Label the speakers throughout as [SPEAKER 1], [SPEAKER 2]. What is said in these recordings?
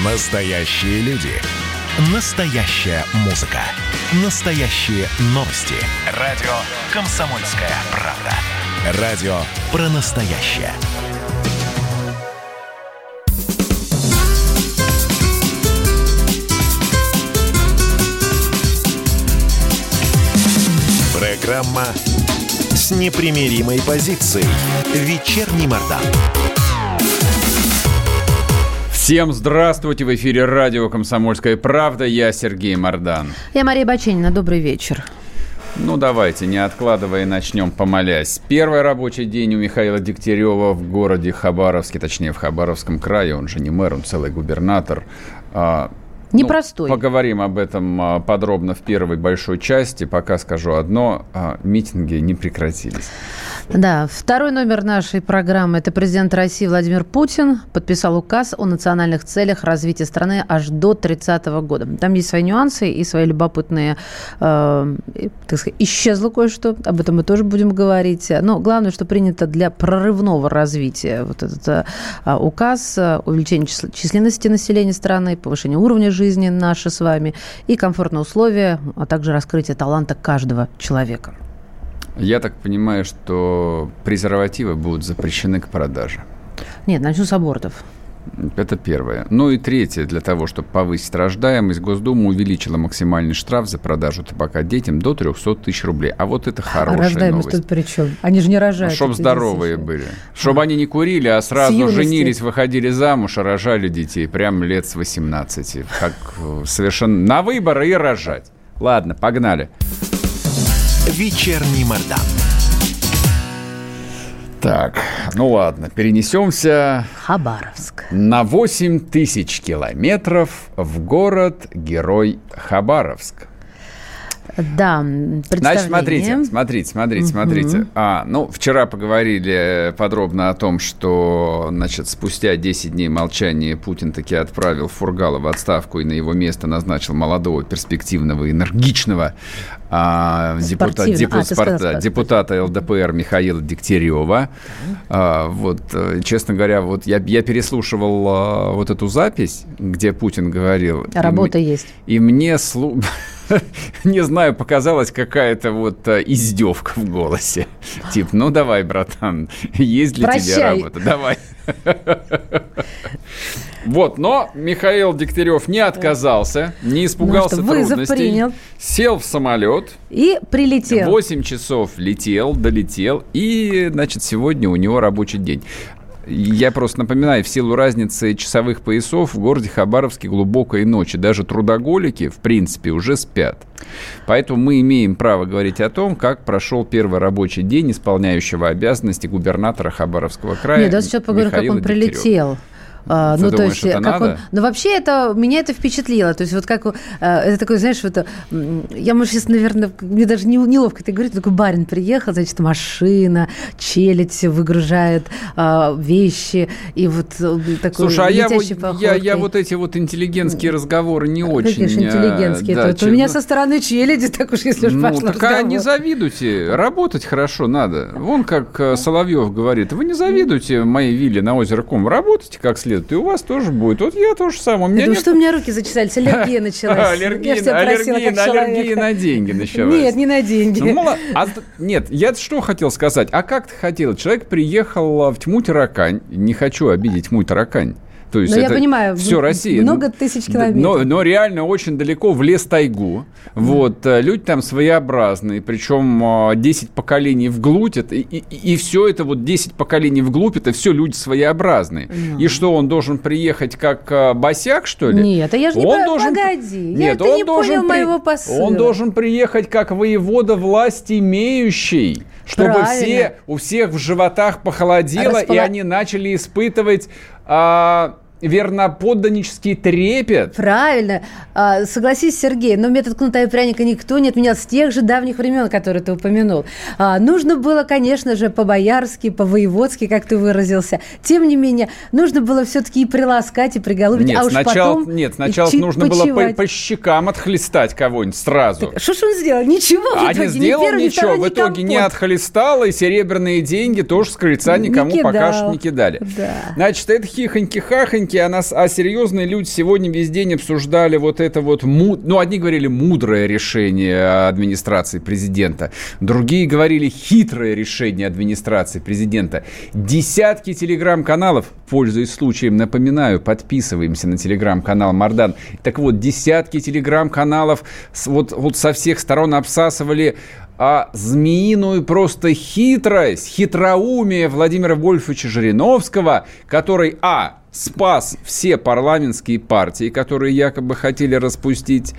[SPEAKER 1] Настоящие люди. Настоящая музыка. Настоящие новости. Радио «Комсомольская правда». Радио про настоящее. Программа с непримиримой позицией. Вечерний Мардан.
[SPEAKER 2] Всем здравствуйте! В эфире радио «Комсомольская правда». Я Сергей Мардан.
[SPEAKER 3] Я Мария Баченина. Добрый вечер.
[SPEAKER 2] Ну, давайте, не откладывая, начнем, помолясь. Первый рабочий день у Михаила Дегтярева в городе Хабаровске, точнее, в Хабаровском крае. Он же не мэр, он целый губернатор.
[SPEAKER 3] Непростой.
[SPEAKER 2] Поговорим об этом подробно в первой большой части. Пока скажу одно. Митинги не прекратились.
[SPEAKER 3] Да, второй номер нашей программы – это президент России Владимир Путин подписал указ о национальных целях развития страны аж до 30 года. Там есть свои нюансы и свои любопытные, так сказать, исчезло кое-что, об этом мы тоже будем говорить. Но главное, что принято для прорывного развития вот этот указ, увеличение численности населения страны, повышение уровня жизни наши с вами и комфортные условия, а также раскрытие таланта каждого человека.
[SPEAKER 2] Я так понимаю, что презервативы будут запрещены к продаже.
[SPEAKER 3] Нет, начну с абортов.
[SPEAKER 2] Это первое. Ну и третье, для того, чтобы повысить рождаемость, Госдума увеличила максимальный штраф за продажу табака детям до 300 тысяч рублей. А вот это хорошая
[SPEAKER 3] рождаемость
[SPEAKER 2] новость.
[SPEAKER 3] Тут при чем? Они же не рожают.
[SPEAKER 2] Чтобы здоровые были. Чтобы они не курили, а сразу женились, выходили замуж и рожали детей. Прямо лет с 18. Как совершенно на выборы и рожать. Ладно, погнали.
[SPEAKER 1] Вечерний Мардан.
[SPEAKER 2] Так, ну ладно, перенесемся
[SPEAKER 3] Хабаровск.
[SPEAKER 2] На 8 тысяч километров в город-герой Хабаровск.
[SPEAKER 3] Да, представление.
[SPEAKER 2] Значит, смотрите. Вчера поговорили подробно о том, что, спустя 10 дней молчания Путин таки отправил Фургала в отставку и на его место назначил молодого, перспективного, энергичного депутата ЛДПР Михаила Дегтярева. Честно говоря, я переслушивал вот эту запись, где Путин говорил.
[SPEAKER 3] Работа есть.
[SPEAKER 2] И мне не знаю, показалась какая-то издевка в голосе. Типа, ну давай, братан, есть для тебя работа, давай. Но Михаил Дегтярев не отказался, не испугался трудностей. Сел в самолет.
[SPEAKER 3] И прилетел.
[SPEAKER 2] 8 часов долетел. И, сегодня у него рабочий день. Я просто напоминаю, в силу разницы часовых поясов в городе Хабаровске глубокая ночь. И даже трудоголики, в принципе, уже спят. Поэтому мы имеем право говорить о том, как прошел первый рабочий день исполняющего обязанности губернатора Хабаровского края.
[SPEAKER 3] Нет, сейчас поговорим, как он прилетел.
[SPEAKER 2] Ты думаешь, это надо?
[SPEAKER 3] Вообще меня это впечатлило. То есть это такой, знаешь, я, может, сейчас, наверное, мне даже неловко это говорить, такой барин приехал, машина, челядь выгружает вещи, и такой летящей походкой.
[SPEAKER 2] Я эти интеллигентские разговоры не очень...
[SPEAKER 3] Конечно, интеллигентские. У меня со стороны челяди, так уж, если уж пошло разговор.
[SPEAKER 2] Не завидуйте, работать хорошо надо. Вон как Соловьев говорит, вы не завидуйте моей вилле на озеро Кум, работайте как следует. И у вас тоже будет. Я тоже самое.
[SPEAKER 3] Что у меня руки зачесались? Аллергия началась.
[SPEAKER 2] Аллергия на деньги началась.
[SPEAKER 3] Нет, не на деньги.
[SPEAKER 2] Нет, я что хотел сказать. А как ты хотел? Человек приехал в Тьму-Таракань. Не хочу обидеть Тьму-Таракань. То есть
[SPEAKER 3] я понимаю,
[SPEAKER 2] все Россия.
[SPEAKER 3] Много тысяч километров.
[SPEAKER 2] Но реально очень далеко в лес-тайгу. Люди там своеобразные. Причем 10 поколений вглубь. И все это 10 поколений вглубь, это все люди своеобразные. И что, он должен приехать как босяк, что ли?
[SPEAKER 3] Нет, я же погоди.
[SPEAKER 2] Нет,
[SPEAKER 3] ты не понял моего посыла.
[SPEAKER 2] Он должен приехать как воевода власть имеющий. Чтобы у всех в животах похолодело, и они начали испытывать верноподданнический трепет.
[SPEAKER 3] Правильно. Согласись, Сергей, но метод кнута и пряника никто не отменял с тех же давних времен, которые ты упомянул. Нужно было, конечно же, по-боярски, по-воеводски, как ты выразился. Тем не менее, нужно было все-таки и приласкать, и приголубить,
[SPEAKER 2] сначала нужно было по щекам отхлестать кого-нибудь сразу.
[SPEAKER 3] Что ж он сделал? Ничего в итоге.
[SPEAKER 2] Не сделал ничего. В итоге не отхлестал, и серебряные деньги тоже с крыльца никому пока что не кидали.
[SPEAKER 3] Да.
[SPEAKER 2] Значит, это хихоньки-хахоньки. веселенькие, а серьезные люди сегодня весь день обсуждали вот это вот, одни говорили мудрое решение администрации президента, другие говорили хитрое решение администрации президента. Десятки телеграм-каналов, пользуясь случаем, напоминаю, подписываемся на телеграм-канал Мардан. Так вот, десятки телеграм-каналов вот со всех сторон обсасывали змеиную просто хитрость, хитроумие Владимира Вольфовича Жириновского, который, спас все парламентские партии, которые якобы хотели распустить,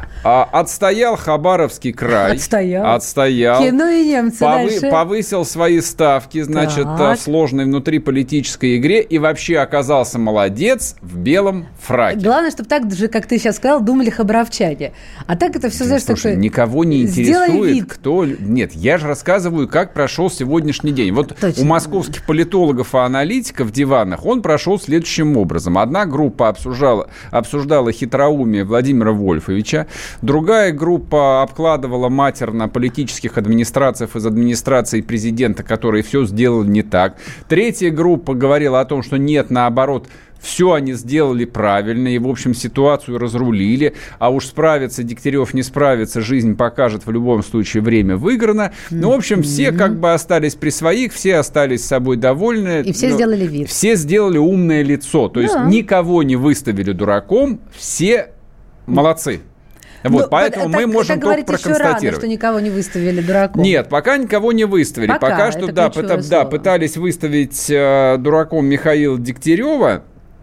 [SPEAKER 2] отстоял Хабаровский край. Отстоял.
[SPEAKER 3] Кино и немцы дальше.
[SPEAKER 2] Повысил свои ставки, в сложной внутриполитической игре и вообще оказался молодец в белом фраке.
[SPEAKER 3] Главное, чтобы так же, как ты сейчас сказал, думали хабаровчане. А так это все, знаешь,
[SPEAKER 2] слушай, никого не интересует, кто... Нет, я же рассказываю, как прошел сегодняшний день. Вот точно. У московских политологов и аналитиков в диванах он прошел следующим образом. Одна группа обсуждала хитроумие Владимира Вольфовича, другая группа обкладывала матерно политических администрациев из администрации президента, которые все сделали не так. Третья группа говорила о том, что нет, наоборот, все они сделали правильно и, в общем, ситуацию разрулили. А уж справится Дегтярев, не справится, жизнь покажет, в любом случае время выиграно. Ну, в общем, все как бы остались при своих, все остались с собой довольны.
[SPEAKER 3] И все сделали вид.
[SPEAKER 2] Все сделали умное лицо. То есть никого не выставили дураком, все молодцы. Вот, поэтому мы можем только проконстатировать.
[SPEAKER 3] Рано, что никого не выставили дураком.
[SPEAKER 2] Нет, пока никого не выставили. Пока что, пытались выставить дураком Михаила Дегтярева,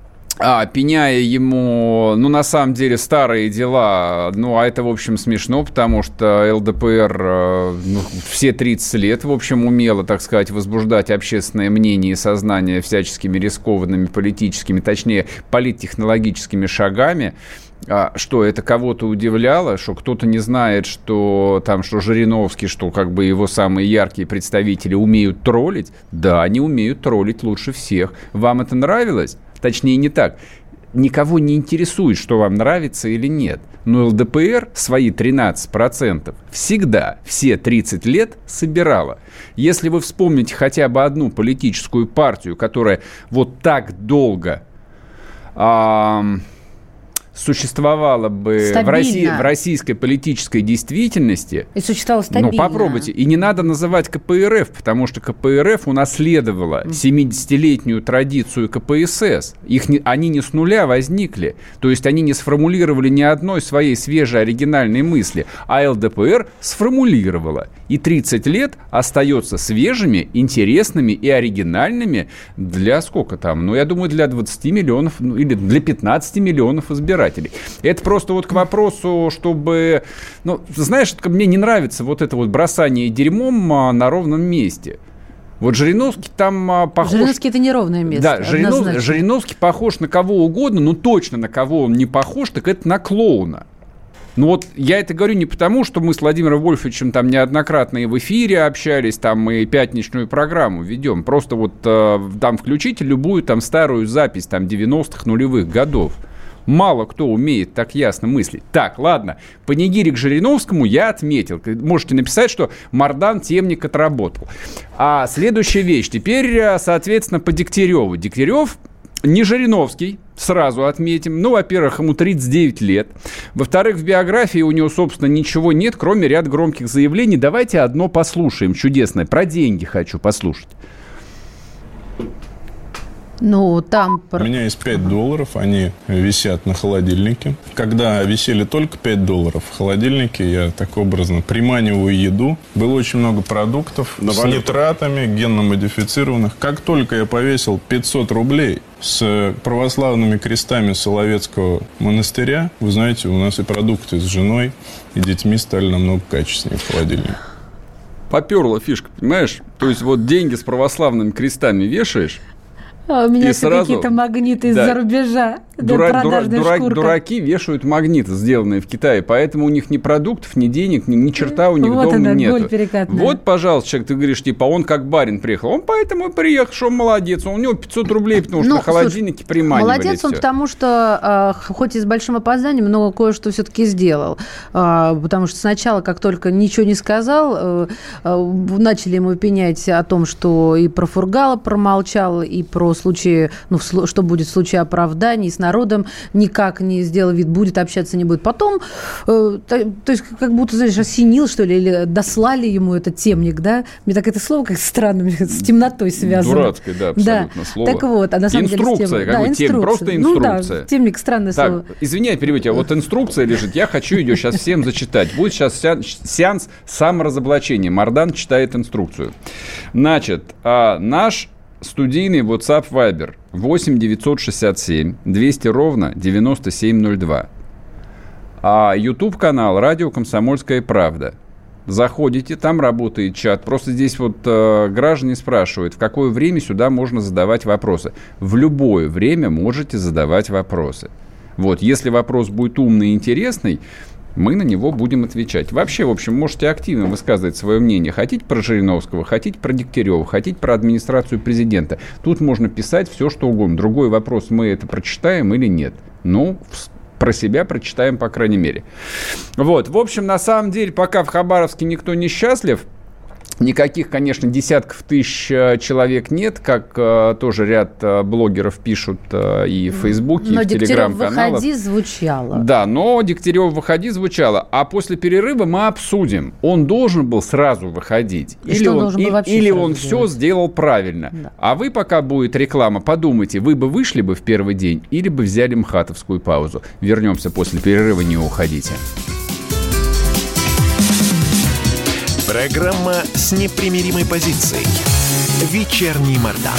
[SPEAKER 2] пеняя ему, на самом деле, старые дела. А это, в общем, смешно, потому что ЛДПР все 30 лет, в общем, умела, так сказать, возбуждать общественное мнение и сознание всяческими рискованными политическими, точнее, политтехнологическими шагами. Что это кого-то удивляло, что кто-то не знает, что Жириновский, что как бы его самые яркие представители умеют троллить? Да, они умеют троллить лучше всех. Вам это нравилось? Точнее, не так. Никого не интересует, что вам нравится или нет. Но ЛДПР свои 13% всегда, все 30 лет собирала. Если вы вспомните хотя бы одну политическую партию, которая вот так долго... существовала бы в российской политической действительности...
[SPEAKER 3] И существовала стабильно.
[SPEAKER 2] Попробуйте. И не надо называть КПРФ, потому что КПРФ унаследовала 70-летнюю традицию КПСС. Они не с нуля возникли. То есть они не сформулировали ни одной своей свежей оригинальной мысли. А ЛДПР сформулировала. И 30 лет остается свежими, интересными и оригинальными для сколько там? Я думаю, для 20 миллионов или для 15 миллионов избирателей. Это просто вот к вопросу, чтобы... знаешь, мне не нравится вот это вот бросание дерьмом на ровном месте. Вот Жириновский там похож...
[SPEAKER 3] Жириновский – это неровное место.
[SPEAKER 2] Да, Жириновский похож на кого угодно, но точно на кого он не похож, так это на клоуна. Я это говорю не потому, что мы с Владимиром Вольфовичем там неоднократно и в эфире общались, там и пятничную программу ведем. Просто там включите любую там старую запись там 90-х, нулевых годов. Мало кто умеет так ясно мыслить. Так, ладно, панигирик Жириновскому я отметил. Можете написать, что Мардан темник отработал. А следующая вещь. Теперь, соответственно, по Дегтяреву. Дегтярев не Жириновский, сразу отметим. Во-первых, ему 39 лет. Во-вторых, в биографии у него, собственно, ничего нет, кроме ряда громких заявлений. Давайте одно послушаем чудесное. Про деньги хочу послушать.
[SPEAKER 4] У меня есть $5, они висят на холодильнике. Когда висели только $5 в холодильнике, я так образно приманиваю еду. Было очень много продуктов с нитратами, генно-модифицированных. Как только я повесил 500 рублей с православными крестами Соловецкого монастыря, вы знаете, у нас и продукты с женой, и детьми стали намного качественнее в холодильнике.
[SPEAKER 2] Поперла фишка, понимаешь? То есть деньги с православными крестами вешаешь,
[SPEAKER 3] у меня все какие-то магниты из-за рубежа.
[SPEAKER 2] Дураки вешают магниты, сделанные в Китае, поэтому у них ни продуктов, ни денег, ни черта у них дома нету. Вот, пожалуйста, человек, ты говоришь, типа, он как барин приехал. Он поэтому и приехал, что он молодец. У него 500 рублей, потому что на холодильнике приманивали.
[SPEAKER 3] Молодец он, потому что, хоть и с большим опозданием, но кое-что все-таки сделал. Потому что сначала, как только ничего не сказал, начали ему пенять о том, что и про Фургала промолчал, и про случаи, что будет в случае оправданий, с народом никак не сделал вид, будет общаться, не будет. Потом, то есть, как будто, знаешь, осенил, что ли, или дослали ему этот темник, да? Мне так это слово как странно, с темнотой связано.
[SPEAKER 2] Дурацкое, да, абсолютно слово.
[SPEAKER 3] Так вот, а на самом
[SPEAKER 2] инструкция,
[SPEAKER 3] деле...
[SPEAKER 2] Инструкция, просто инструкция.
[SPEAKER 3] Да, темник, странное слово.
[SPEAKER 2] Извиняй, переводите, вот инструкция лежит, я хочу ее сейчас всем зачитать. Будет сейчас сеанс саморазоблачения. Мардан читает инструкцию. Значит, наш студийный WhatsApp Viber 8 967 200 ровно 9702. YouTube-канал «Радио Комсомольская правда». Заходите, там работает чат. Просто здесь вот граждане спрашивают, в какое время сюда можно задавать вопросы. В любое время можете задавать вопросы. Вот, если вопрос будет умный и интересный, мы на него будем отвечать. Вообще, в общем, можете активно высказывать свое мнение. Хотите про Жириновского, хотите про Дегтярева, хотите про администрацию президента. Тут можно писать все, что угодно. Другой вопрос, мы это прочитаем или нет. Про себя прочитаем, по крайней мере. Вот, в общем, на самом деле, пока в Хабаровске никто не счастлив, никаких, конечно, десятков тысяч человек нет, как тоже ряд блогеров пишут и в Фейсбуке, и в телеграм-каналах.
[SPEAKER 3] Но «Выходи» звучало.
[SPEAKER 2] Да, но «Дегтярева, выходи» звучало. А после перерыва мы обсудим, он должен был сразу выходить. Или он все сделал правильно. Да. А вы, пока будет реклама, подумайте, вы бы вышли бы в первый день или бы взяли мхатовскую паузу. Вернемся после перерыва, не уходите.
[SPEAKER 1] Программа с непримиримой позицией. Вечерний Мардан.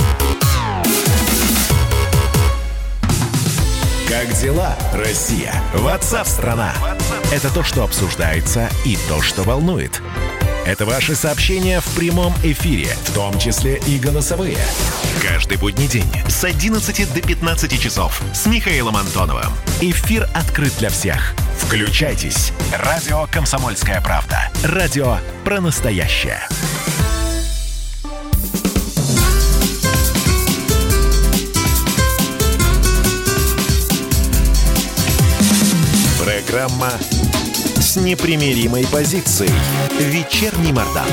[SPEAKER 1] Как дела, Россия? Ватсап-страна! Это то, что обсуждается, и то, что волнует. Это ваши сообщения в прямом эфире, в том числе и голосовые. Каждый будний день с 11 до 15 часов с Михаилом Антоновым. Эфир открыт для всех. Включайтесь. Радио «Комсомольская правда». Радио про настоящее. Программа с непримиримой позицией. Вечерний Мардан.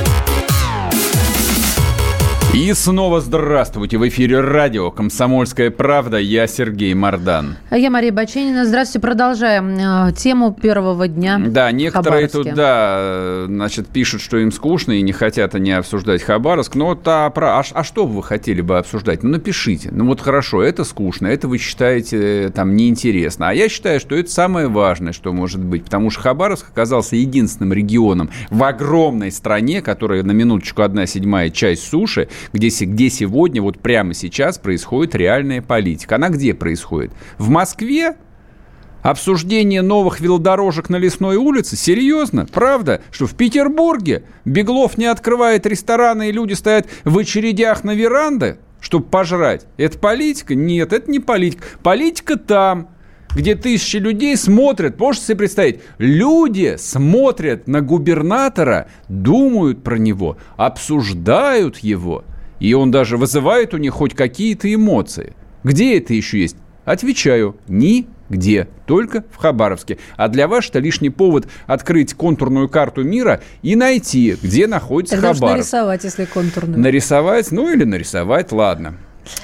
[SPEAKER 2] И снова здравствуйте. В эфире радио «Комсомольская правда». Я Сергей Мардан.
[SPEAKER 3] А я Мария Баченина. Здравствуйте. Продолжаем тему первого дня.
[SPEAKER 2] Да, некоторые тут, значит, пишут, что им скучно и не хотят они обсуждать Хабаровск. Но что вы хотели бы обсуждать? Напишите. Вот хорошо, это скучно, это вы считаете там неинтересно. А я считаю, что это самое важное, что может быть. Потому что Хабаровск оказался единственным регионом в огромной стране, которая на минуточку 1/7 часть суши, где сегодня, вот прямо сейчас происходит реальная политика. Она где происходит? В Москве? Обсуждение новых велодорожек на Лесной улице? Серьезно? Правда? Что в Петербурге Беглов не открывает рестораны, и люди стоят в очередях на веранды, чтобы пожрать? Это политика? Нет, это не политика. Политика там, где тысячи людей смотрят, можете себе представить, люди смотрят на губернатора, думают про него, обсуждают его, и он даже вызывает у них хоть какие-то эмоции. Где это еще есть? Отвечаю, нигде, только в Хабаровске. А для вас это лишний повод открыть контурную карту мира и найти, где находится Хабаровск.
[SPEAKER 3] Можно нарисовать, если контурную.
[SPEAKER 2] Нарисовать, или нарисовать, ладно.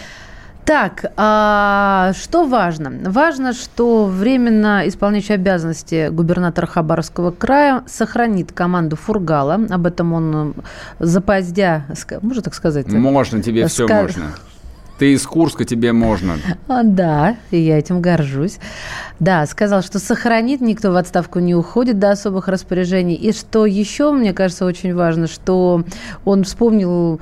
[SPEAKER 3] Так, что важно? Важно, что временно исполняющий обязанности губернатора Хабаровского края сохранит команду Фургала. Об этом он запоздя, можно так сказать?
[SPEAKER 2] Можно, тебе все можно. Ты из Курска, тебе можно.
[SPEAKER 3] Да, и я этим горжусь. Да, сказал, что сохранит, никто в отставку не уходит до особых распоряжений. И что еще, мне кажется, очень важно, что он вспомнил,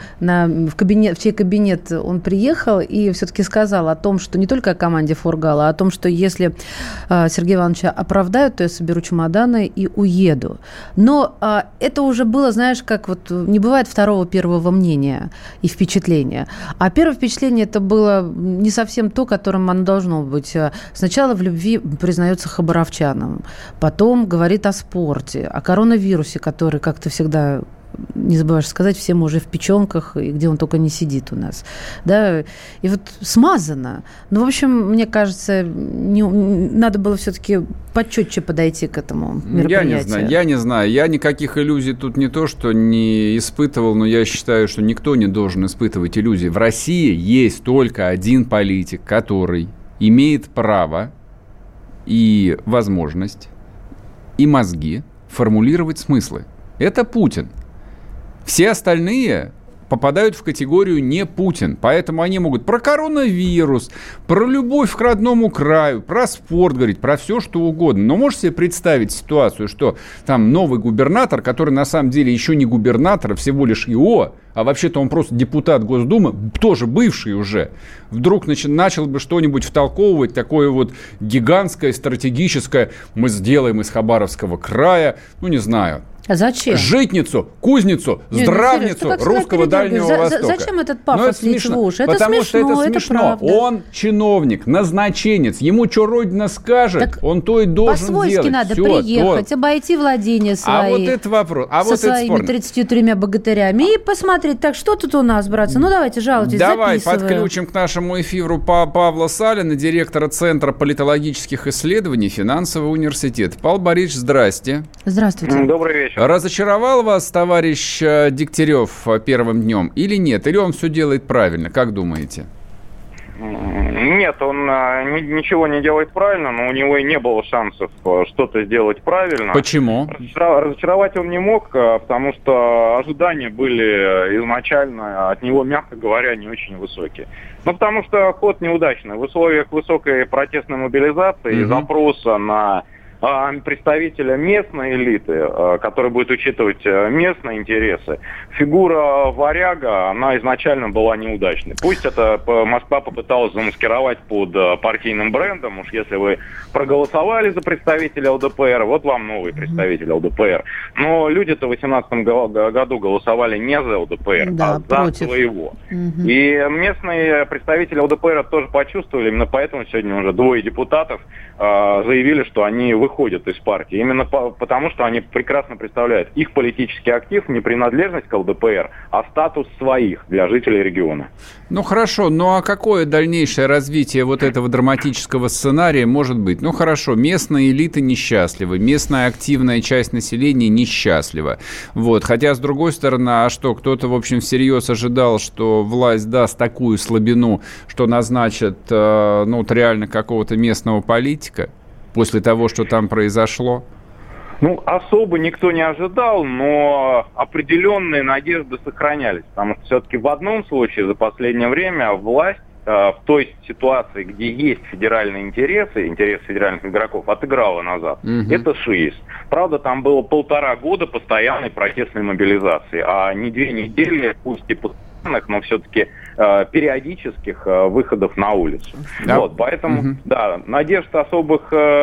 [SPEAKER 3] в чей кабинет он приехал и все-таки сказал о том, что не только о команде Фургала, а о том, что если Сергея Ивановича оправдают, то я соберу чемоданы и уеду. Но это уже было, знаешь, как вот не бывает первого мнения и впечатления. А первое впечатление это было не совсем то, которым оно должно быть. Сначала в любви признается хабаровчанам, потом говорит о спорте, о коронавирусе, который, как ты всегда не забываешь сказать, все мы уже в печенках, и где он только не сидит у нас. Да? И вот смазано. Ну, в общем, мне кажется, надо было все-таки почетче подойти к этому мероприятию.
[SPEAKER 2] Я не знаю. Я никаких иллюзий тут не то, что не испытывал, но я считаю, что никто не должен испытывать иллюзий. В России есть только один политик, который имеет право и возможность, и мозги формулировать смыслы. Это Путин. Все остальные попадают в категорию не Путин. Поэтому они могут про коронавирус, про любовь к родному краю, про спорт говорить, про все, что угодно. Но можете себе представить ситуацию, что там новый губернатор, который на самом деле еще не губернатор, а всего лишь ИО, а вообще-то он просто депутат Госдумы, тоже бывший уже, вдруг начал бы что-нибудь втолковывать, такое вот гигантское, стратегическое, мы сделаем из Хабаровского края, ну не знаю,
[SPEAKER 3] а зачем?
[SPEAKER 2] Житницу, кузницу, здравницу русского Дальнего Востока.
[SPEAKER 3] Зачем этот пафос лить в уши? Это
[SPEAKER 2] потому
[SPEAKER 3] смешно,
[SPEAKER 2] что это смешно.
[SPEAKER 3] Правда.
[SPEAKER 2] Он чиновник, назначенец. Ему что Родина скажет, так он то и должен делать.
[SPEAKER 3] По-свойски надо приехать, обойти владения свои.
[SPEAKER 2] А вот это вопрос.
[SPEAKER 3] Со своими 33 богатырями. И посмотреть, так что тут у нас, братцы? Ну, давайте, жалуйтесь,
[SPEAKER 2] давай
[SPEAKER 3] записываю.
[SPEAKER 2] подключим к нашему эфиру Павла Салина, директора Центра политологических исследований Финансового университета. Павел Борисович, здрасте.
[SPEAKER 3] Здравствуйте.
[SPEAKER 5] Добрый вечер.
[SPEAKER 2] Разочаровал вас товарищ Дегтярев первым днем или нет? Или он все делает правильно? Как думаете?
[SPEAKER 5] Нет, он ничего не делает правильно, но у него и не было шансов что-то сделать правильно.
[SPEAKER 2] Почему?
[SPEAKER 5] Разочаровать он не мог, потому что ожидания были изначально от него, мягко говоря, не очень высокие. Ну, потому что ход неудачный. В условиях высокой протестной мобилизации и запроса на представителя местной элиты, который будет учитывать местные интересы, фигура варяга, она изначально была неудачной. Пусть это Москва попыталась замаскировать под партийным брендом, уж если вы проголосовали за представителя ЛДПР, вот вам новый представитель ЛДПР. Но люди-то в 2018 году голосовали не за ЛДПР,
[SPEAKER 3] да,
[SPEAKER 5] а за своего. И местные представители ЛДПР тоже почувствовали, именно поэтому сегодня уже 2 депутатов заявили, что они выходят из партии. Именно потому, что они прекрасно представляют их политический актив, не принадлежность к ЛДПР, а статус своих для жителей региона.
[SPEAKER 2] Ну хорошо, ну а какое дальнейшее развитие вот этого драматического сценария может быть? Ну хорошо, местные элиты несчастливы, местная активная часть населения несчастлива. Вот. Хотя, с другой стороны, а что, кто-то, в общем, всерьез ожидал, что власть даст такую слабину, что назначит, ну, вот реально какого-то местного политика после того, что там произошло?
[SPEAKER 5] Ну, особо никто не ожидал, но определенные надежды сохранялись. Потому что все-таки в одном случае за последнее время власть в той ситуации, где есть федеральные интересы, интересы федеральных игроков, отыграла назад. Это ШИИС. Правда, там было 1,5 года постоянной протестной мобилизации, а не 2 недели, пусть и постоянных, но все-таки периодических выходов на улицу. Да. Вот, поэтому, да, надежд особых,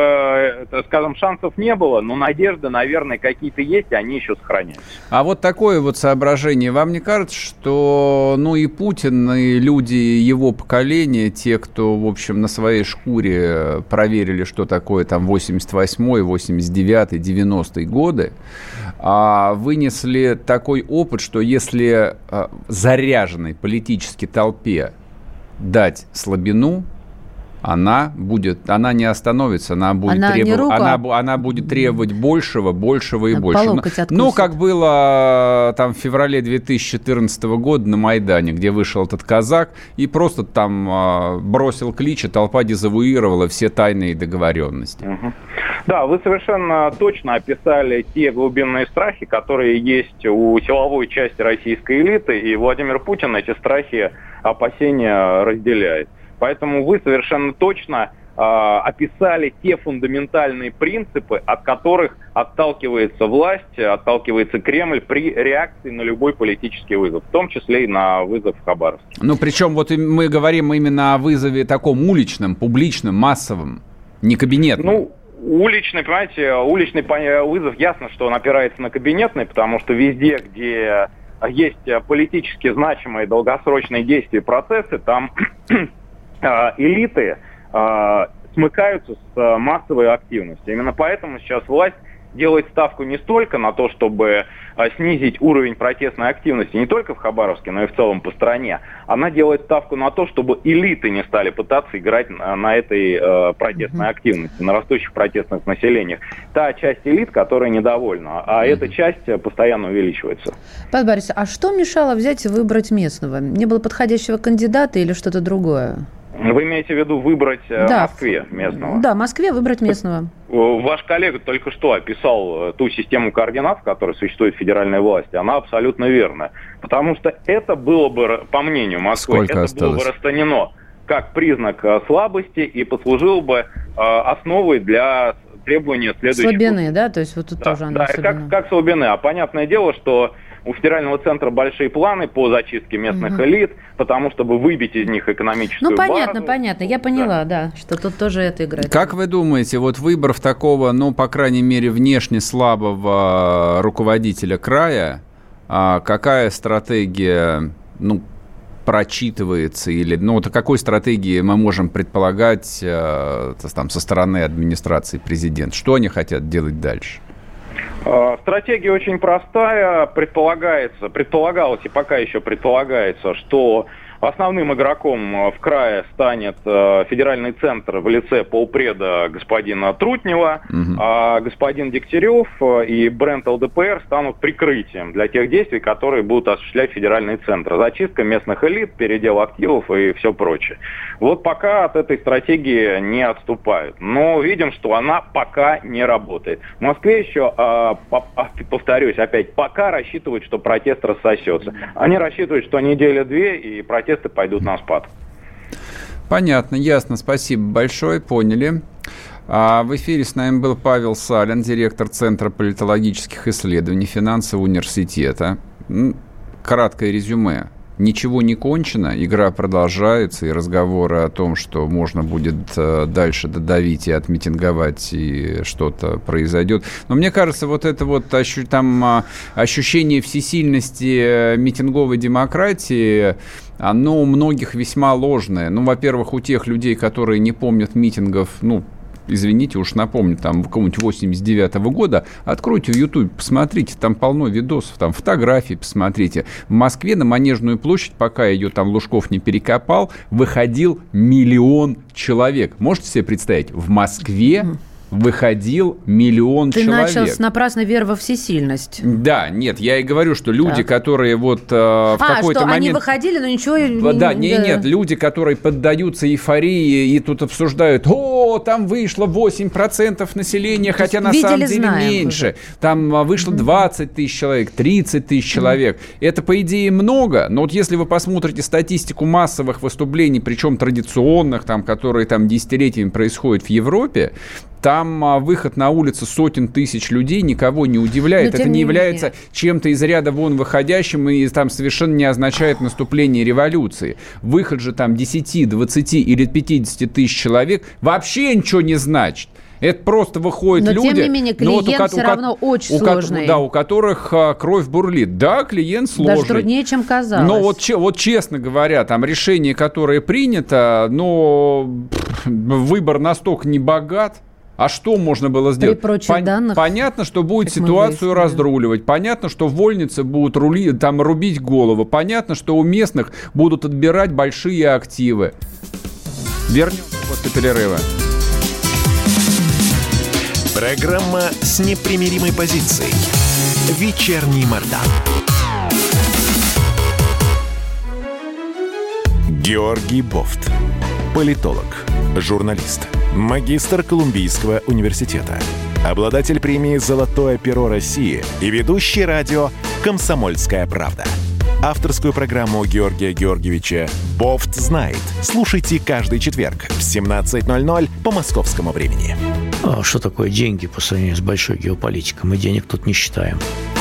[SPEAKER 5] скажем, шансов не было, но надежды, наверное, какие-то есть, и они еще сохраняются.
[SPEAKER 2] А вот такое вот соображение. Вам не кажется, что, ну, и Путин, и люди его поколения, те, кто, в общем, на своей шкуре проверили, что такое там 88-й, 89-й, 90-е годы, вынесли такой опыт, что если заряженной политической толпе дать слабину, она не остановится, она будет требовать большего и большего. Ну, как было там в феврале 2014 года на Майдане, где вышел этот казак и просто там бросил клич, и толпа дезавуировала все тайные договоренности.
[SPEAKER 5] Да, вы совершенно точно описали те глубинные страхи, которые есть у силовой части российской элиты, и Владимир Путин эти страхи, опасения разделяет. Поэтому вы совершенно точно описали те фундаментальные принципы, от которых отталкивается власть, отталкивается Кремль при реакции на любой политический вызов, в том числе и на вызов в Хабаровске.
[SPEAKER 2] Ну, причем вот мы говорим именно о вызове таком уличном, публичном, массовом, не кабинетном.
[SPEAKER 5] Ну, уличный, понимаете, уличный вызов, ясно, что он опирается на кабинетный, потому что везде, где есть политически значимые долгосрочные действия и процессы, там элиты смыкаются с массовой активностью. Именно поэтому сейчас власть делает ставку не столько на то, чтобы снизить уровень протестной активности не только в Хабаровске, но и в целом по стране. Она делает ставку на то, чтобы элиты не стали пытаться играть на этой протестной активности, на растущих протестных населениях. Та часть элит, которая недовольна, а эта часть постоянно увеличивается.
[SPEAKER 3] Павел Борисович, а что мешало взять и выбрать местного? Не было подходящего кандидата или что-то другое?
[SPEAKER 5] Вы имеете в виду выбрать в Москве местного?
[SPEAKER 3] Да, в Москве выбрать местного.
[SPEAKER 5] Ваш коллега только что описал ту систему координат, в которой существует федеральная власть. Она абсолютно верна. Потому что это было бы, по мнению Москвы, было бы расценено как признак слабости и послужило бы основой для требования следующих...
[SPEAKER 3] Слабины, да? То есть вот тут тоже она слабина.
[SPEAKER 5] Как слабины. А понятное дело, что у федерального центра большие планы по зачистке местных элит, потому чтобы выбить из них экономическую базу.
[SPEAKER 3] Понятно. Я поняла, да, что тут тоже это играет.
[SPEAKER 2] Как вы думаете, вот выбрав такого, по крайней мере, внешне слабого руководителя края, какая стратегия, прочитывается или, какой стратегии мы можем предполагать со стороны администрации президента? Что они хотят делать дальше?
[SPEAKER 5] Стратегия очень простая. Предполагалось и пока еще предполагается, что основным игроком в крае станет федеральный центр в лице полпреда господина Трутнева, а господин Дегтярев и бренд ЛДПР станут прикрытием для тех действий, которые будут осуществлять федеральный центр. Зачистка местных элит, передел активов и все прочее. Вот пока от этой стратегии не отступают. Но видим, что она пока не работает. В Москве еще, повторюсь опять, пока рассчитывают, что протест рассосется. Они рассчитывают, что неделя-две и протесты пойдут на спад.
[SPEAKER 2] Понятно, ясно. Спасибо большое, поняли. В эфире с нами был Павел Салин, директор Центра политологических исследований Финансового университета. Краткое резюме. Ничего не кончено, игра продолжается, и разговоры о том, что можно будет дальше додавить и отмитинговать, и что-то произойдет. Но мне кажется, вот это вот ощущение всесильности митинговой демократии, оно у многих весьма ложное. Во-первых, у тех людей, которые не помнят митингов, извините, уж напомню, какого-нибудь 89-го года, откройте в YouTube, посмотрите, там полно видосов, там фотографий посмотрите. В Москве на Манежную площадь, пока ее Лужков не перекопал, выходил 1 миллион человек. Можете себе представить? В Москве выходил 1 миллион человек.
[SPEAKER 3] Ты начал с напрасной веры во всесильность.
[SPEAKER 2] Да, нет, я и говорю, что люди, которые в какой-то момент...
[SPEAKER 3] они выходили, но ничего...
[SPEAKER 2] Нет, люди, которые поддаются эйфории и тут обсуждают, там вышло 8% населения, хотя на самом деле меньше. Там вышло 20 тысяч человек, 30 тысяч человек. Это, по идее, много, но вот если вы посмотрите статистику массовых выступлений, причем традиционных, которые десятилетиями происходят в Европе, там выход на улицу сотен тысяч людей никого не удивляет. Это не является чем-то из ряда вон выходящим и совершенно не означает наступление революции. Выход же 10, 20 или 50 тысяч человек вообще ничего не значит. Это просто выходят люди...
[SPEAKER 3] Но, тем не менее, клиент все равно очень сложный.
[SPEAKER 2] У которых кровь бурлит. Да, клиент сложный.
[SPEAKER 3] Даже труднее, чем казалось.
[SPEAKER 2] Но вот честно говоря, решение, которое принято, но выбор настолько не богат. А что можно было сделать?
[SPEAKER 3] При прочих данных,
[SPEAKER 2] понятно, что будет ситуацию разруливать. Понятно, что вольницы будут рубить голову. Понятно, что у местных будут отбирать большие активы. Вернемся после перерыва.
[SPEAKER 1] Программа с непримиримой позицией. Вечерний Мордан. Георгий Бофт. Политолог, журналист, магистр Колумбийского университета, обладатель премии «Золотое перо России» и ведущий радио «Комсомольская правда». Авторскую программу Георгия Георгиевича «Бофт знает». Слушайте каждый четверг в 17:00 по московскому времени.
[SPEAKER 6] Что такое деньги по сравнению с большой геополитикой? Мы денег тут не считаем.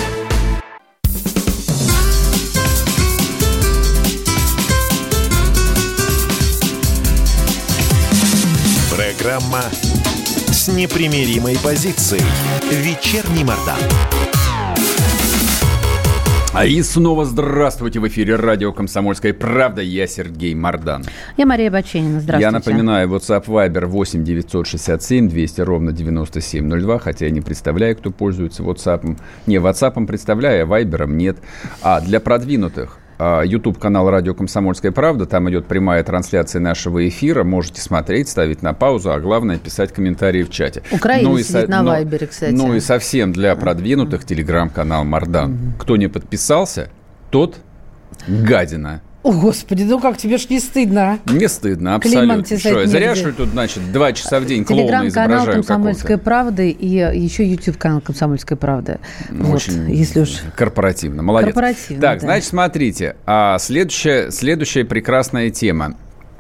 [SPEAKER 1] Программа с непримиримой позицией. Вечерний Мордан.
[SPEAKER 2] И снова здравствуйте, в эфире радио «Комсомольская правда». Я Сергей Мордан.
[SPEAKER 3] Я Мария Баченина. Здравствуйте.
[SPEAKER 2] Я напоминаю, WhatsApp Viber 8 967 200 ровно 9702. Хотя я не представляю, кто пользуется WhatsApp. Не, WhatsApp представляю, а Viber нет. А для продвинутых YouTube-канал «Радио Комсомольская правда». Там идет прямая трансляция нашего эфира. Можете смотреть, ставить на паузу, а главное, писать комментарии в чате.
[SPEAKER 3] Украина сидит на Вайбере, кстати.
[SPEAKER 2] Ну и совсем для продвинутых телеграм-канал «Мардан». Кто не подписался, тот гадина.
[SPEAKER 3] О, Господи, ну как, тебе ж не стыдно, а?
[SPEAKER 2] Не стыдно, абсолютно. Что, зря, что ли, тут, значит, 2 часа в день клоуна изображаю
[SPEAKER 3] какого-то? Телеграм-канал «Комсомольская правда» и еще YouTube-канал «Комсомольская правда».
[SPEAKER 2] Очень
[SPEAKER 3] вот, если уж...
[SPEAKER 2] корпоративно. Молодец.
[SPEAKER 3] Корпоративно,
[SPEAKER 2] так,
[SPEAKER 3] да.
[SPEAKER 2] Значит, смотрите. Следующая прекрасная тема.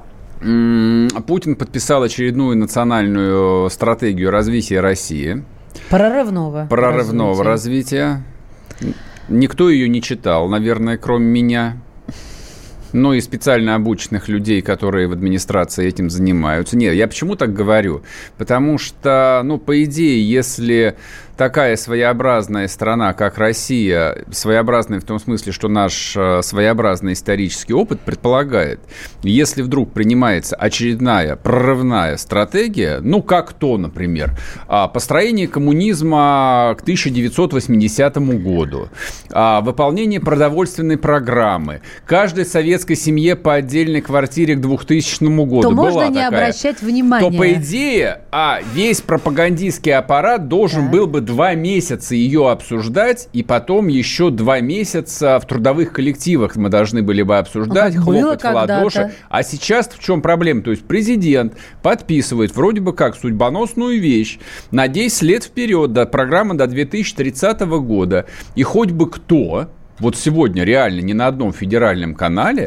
[SPEAKER 2] Путин подписал очередную национальную стратегию развития России.
[SPEAKER 3] Прорывного
[SPEAKER 2] развития. Никто ее не читал, наверное, кроме меня. Ну и специально обученных людей, которые в администрации этим занимаются. Нет, я почему так говорю? Потому что, по идее, если такая своеобразная страна, как Россия, своеобразная в том смысле, что наш своеобразный исторический опыт предполагает, если вдруг принимается очередная прорывная стратегия, как то, например, построение коммунизма к 1980 году, выполнение продовольственной программы, каждой советской семье по отдельной квартире к 2000 году,
[SPEAKER 3] то можно не обращать внимания.
[SPEAKER 2] То, по идее, весь пропагандистский аппарат должен был бы 2 месяца ее обсуждать, и потом еще 2 месяца в трудовых коллективах мы должны были бы обсуждать, хлопать в ладоши. А сейчас в чем проблема? То есть президент подписывает вроде бы как судьбоносную вещь на 10 лет вперед, программа до 2030 года. И хоть бы кто, вот сегодня реально ни на одном федеральном канале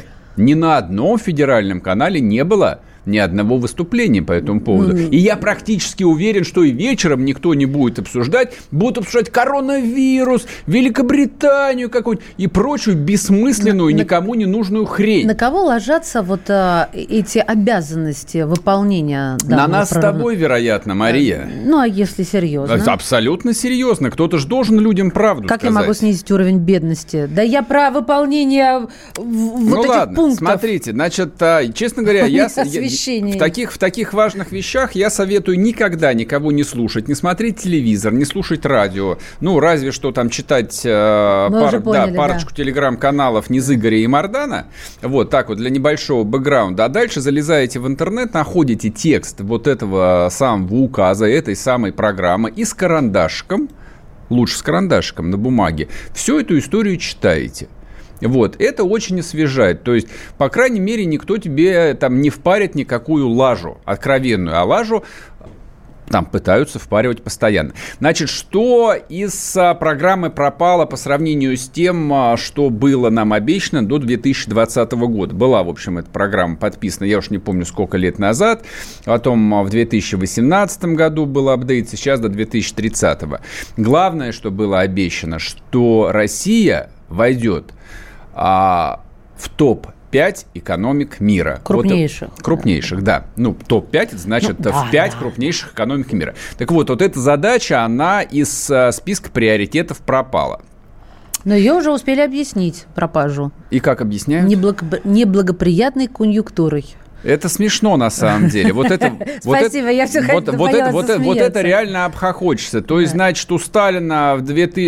[SPEAKER 2] не было ни одного выступления по этому поводу. И я практически уверен, что и вечером никто не будет обсуждать. Будут обсуждать коронавирус, Великобританию какую-нибудь и прочую бессмысленную, никому не нужную хрень.
[SPEAKER 3] На кого ложатся вот эти обязанности выполнения данного
[SPEAKER 2] На нас с тобой, вероятно, Мария.
[SPEAKER 3] А если серьезно?
[SPEAKER 2] Абсолютно серьезно. Кто-то же должен людям правду сказать.
[SPEAKER 3] Как я могу снизить уровень бедности? Да я про выполнение этих пунктов.
[SPEAKER 2] Смотрите, значит, честно говоря, в таких важных вещах я советую никогда никого не слушать, не смотреть телевизор, не слушать радио. Разве что там читать парочку телеграм-каналов Низыгоря и Мордана. Вот так вот, для небольшого бэкграунда. А дальше залезаете в интернет, находите текст вот этого самого указа, этой самой программы и с карандашиком, лучше с карандашиком на бумаге, всю эту историю читаете. Вот, это очень освежает. То есть, по крайней мере, никто тебе там не впарит никакую лажу, откровенную, а лажу там пытаются впаривать постоянно. Значит, что из программы пропало по сравнению с тем, что было нам обещано до 2020 года? Была, в общем, эта программа подписана, я уж не помню, сколько лет назад. Потом в 2018 году был апдейт, сейчас до 2030. Главное, что было обещано, что Россия войдет в топ-5 экономик мира.
[SPEAKER 3] Крупнейших.
[SPEAKER 2] Крупнейших, да. Топ-5, это значит в 5 крупнейших экономик мира. Так вот эта задача, она из списка приоритетов пропала.
[SPEAKER 3] Но ее уже успели объяснить, пропажу.
[SPEAKER 2] И как объясняют?
[SPEAKER 3] Неблагоприятной конъюнктурой.
[SPEAKER 2] Это смешно, на самом деле.
[SPEAKER 3] Спасибо, я все боялась засмеяться.
[SPEAKER 2] Вот это реально обхохочется. То есть, значит, у Сталина в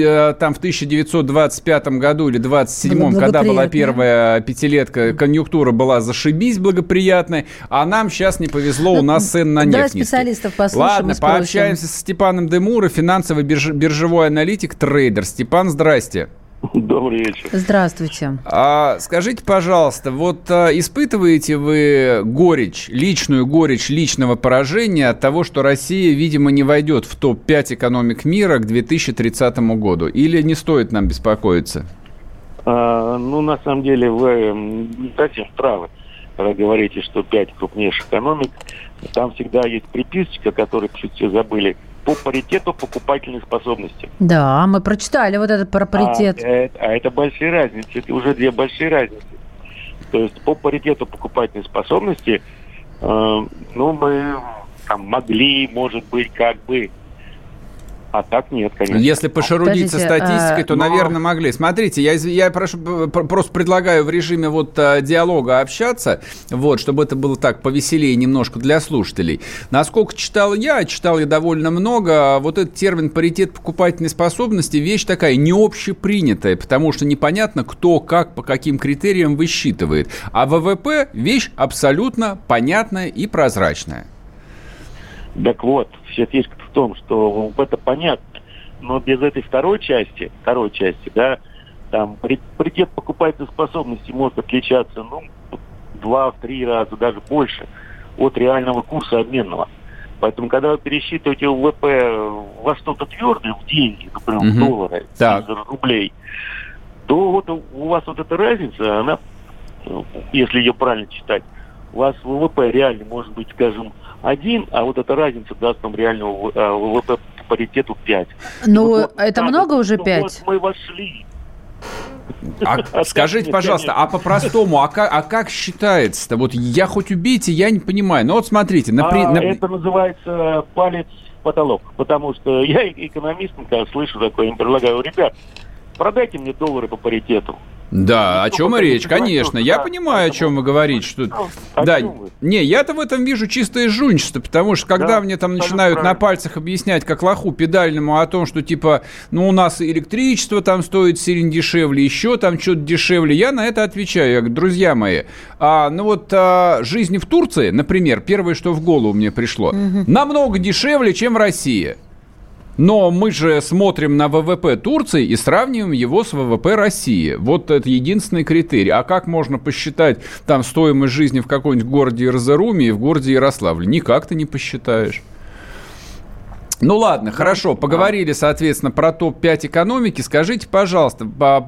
[SPEAKER 2] 1925 году или 27-м, когда была первая пятилетка, конъюнктура была зашибись благоприятной, а нам сейчас не повезло, у нас цены на нефть низкие.
[SPEAKER 3] Давай специалистов послушаем.
[SPEAKER 2] Ладно, пообщаемся с Степаном Демуро, финансовый биржевой аналитик, трейдер. Степан, здрасте.
[SPEAKER 7] Добрый вечер.
[SPEAKER 3] Здравствуйте.
[SPEAKER 2] Скажите, пожалуйста, испытываете вы личную горечь личного поражения от того, что Россия, видимо, не войдет в топ-5 экономик мира к 2030 году? Или не стоит нам беспокоиться?
[SPEAKER 7] На самом деле, вы не совсем правы, когда говорите, что 5 крупнейших экономик. Там всегда есть приписочка, которую чуть все забыли, по паритету покупательной способности.
[SPEAKER 3] Да, мы прочитали вот этот про паритет.
[SPEAKER 7] Это большие разницы, это уже 2 большие разницы. То есть по паритету покупательной способности, мы там могли, может быть, А так нет, конечно.
[SPEAKER 2] Если пошарудить со статистикой, то, наверное, могли. Смотрите, я просто предлагаю в режиме вот диалога общаться, вот, чтобы это было так повеселее немножко для слушателей. Насколько читал я довольно много, вот этот термин «паритет покупательной способности» вещь такая не общепринятая, потому что непонятно, кто, как, по каким критериям высчитывает. А ВВП – вещь абсолютно понятная и прозрачная.
[SPEAKER 7] Так вот, вся фишка в том, что это понятно, но без этой второй части, да, там паритет покупательной способности может отличаться, 2-3 раза, даже больше от реального курса обменного. Поэтому, когда вы пересчитываете ВВП во что-то твердое, в деньги, например, в доллары, в рублей, то вот у вас вот эта разница, она, если ее правильно читать, у вас ВВП реально может быть, скажем, 1, а вот эта разница даст нам реального ВВП по паритету 5.
[SPEAKER 3] Это много уже 5?
[SPEAKER 7] Вот мы вошли.
[SPEAKER 2] Скажите, пожалуйста, а по-простому, а как считается-то? Вот я хоть убейте, я не понимаю. Ну вот смотрите.
[SPEAKER 7] Это называется палец в потолок. Потому что я экономистом, когда слышу такое, им предлагаю: ребят, продайте мне доллары по паритету.
[SPEAKER 2] Да, о чем и речь, конечно. Я понимаю, о чем вы говорите. Что... Да, не, я-то в этом вижу чистое жульничество, потому что когда мне там начинают на пальцах объяснять, как лоху педальному, о том, что типа, у нас электричество там стоит сильно дешевле, еще там что-то дешевле, я на это отвечаю. Я говорю: друзья мои, жизнь в Турции, например, первое, что в голову мне пришло, намного дешевле, чем в России. Но мы же смотрим на ВВП Турции и сравниваем его с ВВП России. Вот это единственный критерий. А как можно посчитать там стоимость жизни в каком-нибудь городе Эрзеруме и в городе Ярославле? Никак ты не посчитаешь. Ну ладно, хорошо, поговорили, соответственно, про топ-5 экономики. Скажите, пожалуйста,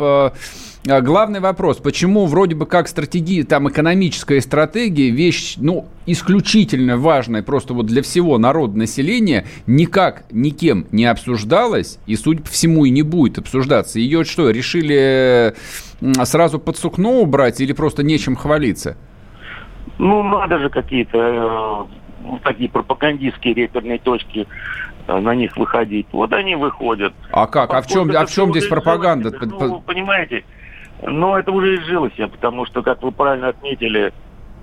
[SPEAKER 2] главный вопрос, почему вроде бы как экономическая стратегия, вещь, исключительно важная просто вот для всего народа, населения, никак никем не обсуждалась и, судя по всему, и не будет обсуждаться. Ее что, решили сразу под сукно убрать или просто нечем хвалиться?
[SPEAKER 7] Надо же какие-то такие пропагандистские реперные точки на них выходить. Вот они выходят.
[SPEAKER 2] А как? А в чем здесь пропаганда?
[SPEAKER 7] Понимаете, это уже изжилось, потому что, как вы правильно отметили,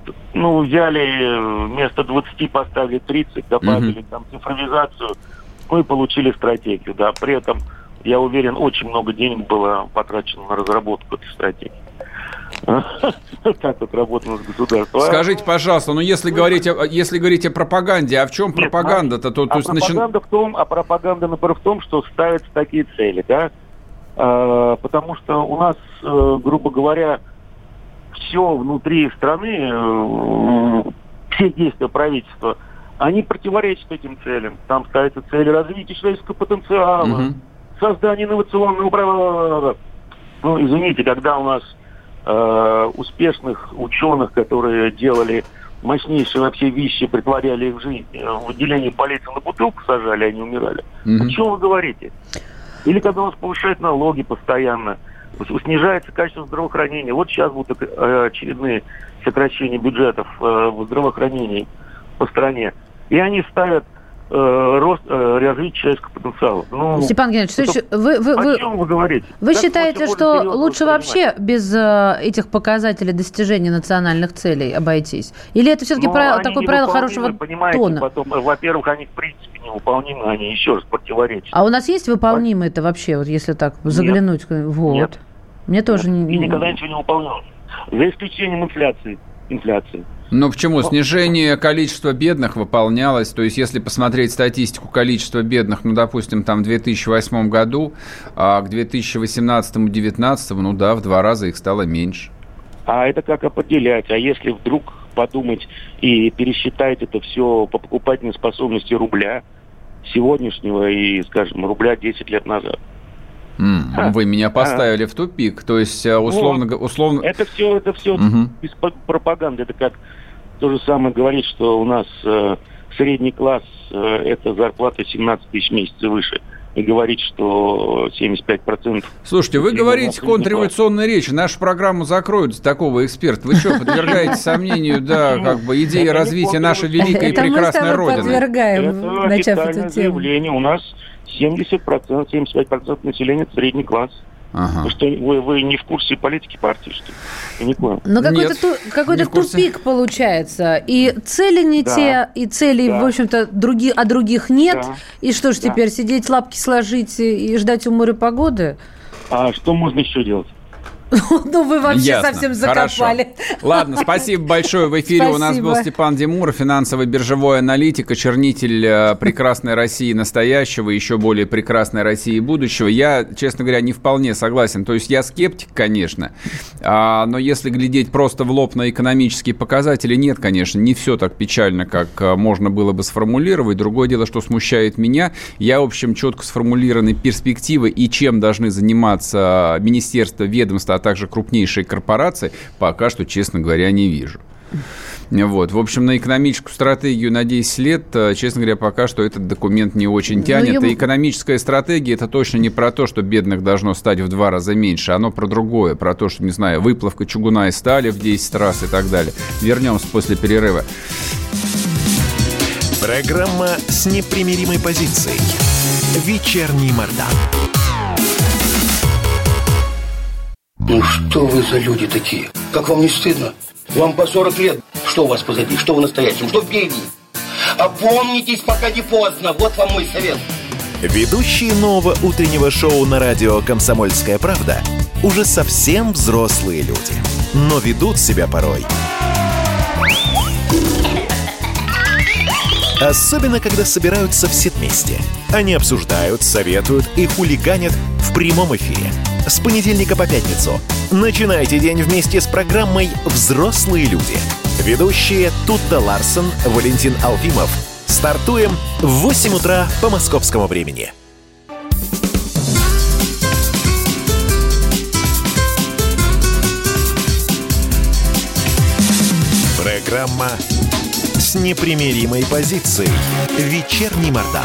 [SPEAKER 7] взяли вместо 20, поставили 30, добавили там цифровизацию, и получили стратегию, да. При этом, я уверен, очень много денег было потрачено на разработку этой стратегии. Так вот работает государство.
[SPEAKER 2] Скажите, пожалуйста, если говорить о пропаганде, а в чем пропаганда-то?
[SPEAKER 7] Пропаганда, например, в том, что ставятся такие цели, да? Потому что у нас, грубо говоря, все внутри страны, все действия правительства, они противоречат этим целям. Там ставятся цели развития человеческого потенциала, создания инновационного права. Извините, когда у нас успешных ученых, которые делали мощнейшие вообще вещи, притворяли их в жизнь, в отделении полиции на бутылку сажали, они умирали. О чем вы говорите? Или когда у нас повышают налоги постоянно, снижается качество здравоохранения. Вот сейчас будут очередные сокращения бюджетов в здравоохранении по стране. И они ставят рост развития человеческого потенциала.
[SPEAKER 3] Степан Геннадьевич,
[SPEAKER 7] о чем вы говорите?
[SPEAKER 3] Вы считаете, что лучше вообще без этих показателей достижения национальных целей обойтись? Или это все-таки такое правило хорошего тона?
[SPEAKER 7] Потом, во-первых, они в принципе невыполнимы, они еще раз противоречат.
[SPEAKER 3] А у нас есть выполнимые это вообще, вот если так заглянуть? Вот.
[SPEAKER 7] Нет.
[SPEAKER 3] Мне тоже не...
[SPEAKER 7] И никогда ничего не выполнялось. За исключением инфляции.
[SPEAKER 2] Почему? Снижение количества бедных выполнялось. То есть, если посмотреть статистику количества бедных, допустим, там в 2008 году, а к 2018-2019, в 2 раза их стало меньше.
[SPEAKER 7] А это как определять? А если вдруг подумать и пересчитать это все по покупательной способности рубля сегодняшнего и, скажем, рубля 10 лет назад?
[SPEAKER 2] Вы меня поставили в тупик. То есть, условно...
[SPEAKER 7] Это все без пропаганды. Это как то же самое говорит, что у нас средний класс это зарплата 17 тысяч в месяц и выше. и говорить, что 75%...
[SPEAKER 2] Слушайте, вы говорите контрреволюционные речи. Нашу программу закроют за такого эксперта. Вы что, подвергаете сомнению, идеи развития нашей великой и прекрасной Родины?
[SPEAKER 3] Это мы подвергаем, начав эту тему.
[SPEAKER 7] Заявление. У нас 75% населения средний класс.
[SPEAKER 2] Ага.
[SPEAKER 7] Что, вы не в курсе политики партии, что ли? Я не понял.
[SPEAKER 3] Но какой-то тупик получается. И цели не те, и целей, в общем-то, других нет. Да. И что ж теперь, сидеть, лапки сложить и ждать у моря погоды?
[SPEAKER 7] А что можно еще делать?
[SPEAKER 3] Ну, вы вообще совсем закопали.
[SPEAKER 2] Хорошо. Ладно, спасибо большое. В эфире у нас был Степан Демуров, финансово-биржевой аналитик, очернитель прекрасной России настоящего, еще более прекрасной России будущего. Я, честно говоря, не вполне согласен. То есть я скептик, конечно, но если глядеть просто в лоб на экономические показатели, нет, конечно, не все так печально, как можно было бы сформулировать. Другое дело, что смущает меня. Я, в общем, четко сформулированы перспективы и чем должны заниматься министерства, ведомства, а также крупнейшие корпорации, пока что, честно говоря, не вижу. Вот. В общем, на экономическую стратегию на 10 лет, честно говоря, пока что этот документ не очень тянет. И экономическая стратегия – это точно не про то, что бедных должно стать в 2 раза меньше. Оно про другое, про то, что, не знаю, выплавка чугуна и стали в 10 раз и так далее. Вернемся после перерыва.
[SPEAKER 1] Программа с непримиримой позицией. Вечерний Мордан.
[SPEAKER 8] Ну что вы за люди такие? Как вам не стыдно? Вам по 40 лет. Что у вас позади? Что вы настоящем? Что впереди? Опомнитесь, пока не поздно. Вот вам мой совет.
[SPEAKER 1] Ведущие нового утреннего шоу на радио «Комсомольская правда» уже совсем взрослые люди. Но ведут себя порой. Особенно, когда собираются все вместе. Они обсуждают, советуют и хулиганят в прямом эфире. С понедельника по пятницу. Начинайте день вместе с программой «Взрослые люди». Ведущие Тутта Ларсон, Валентин Алфимов. Стартуем в 8 утра по московскому времени. Программа с непримиримой позицией. Вечерний Мордан.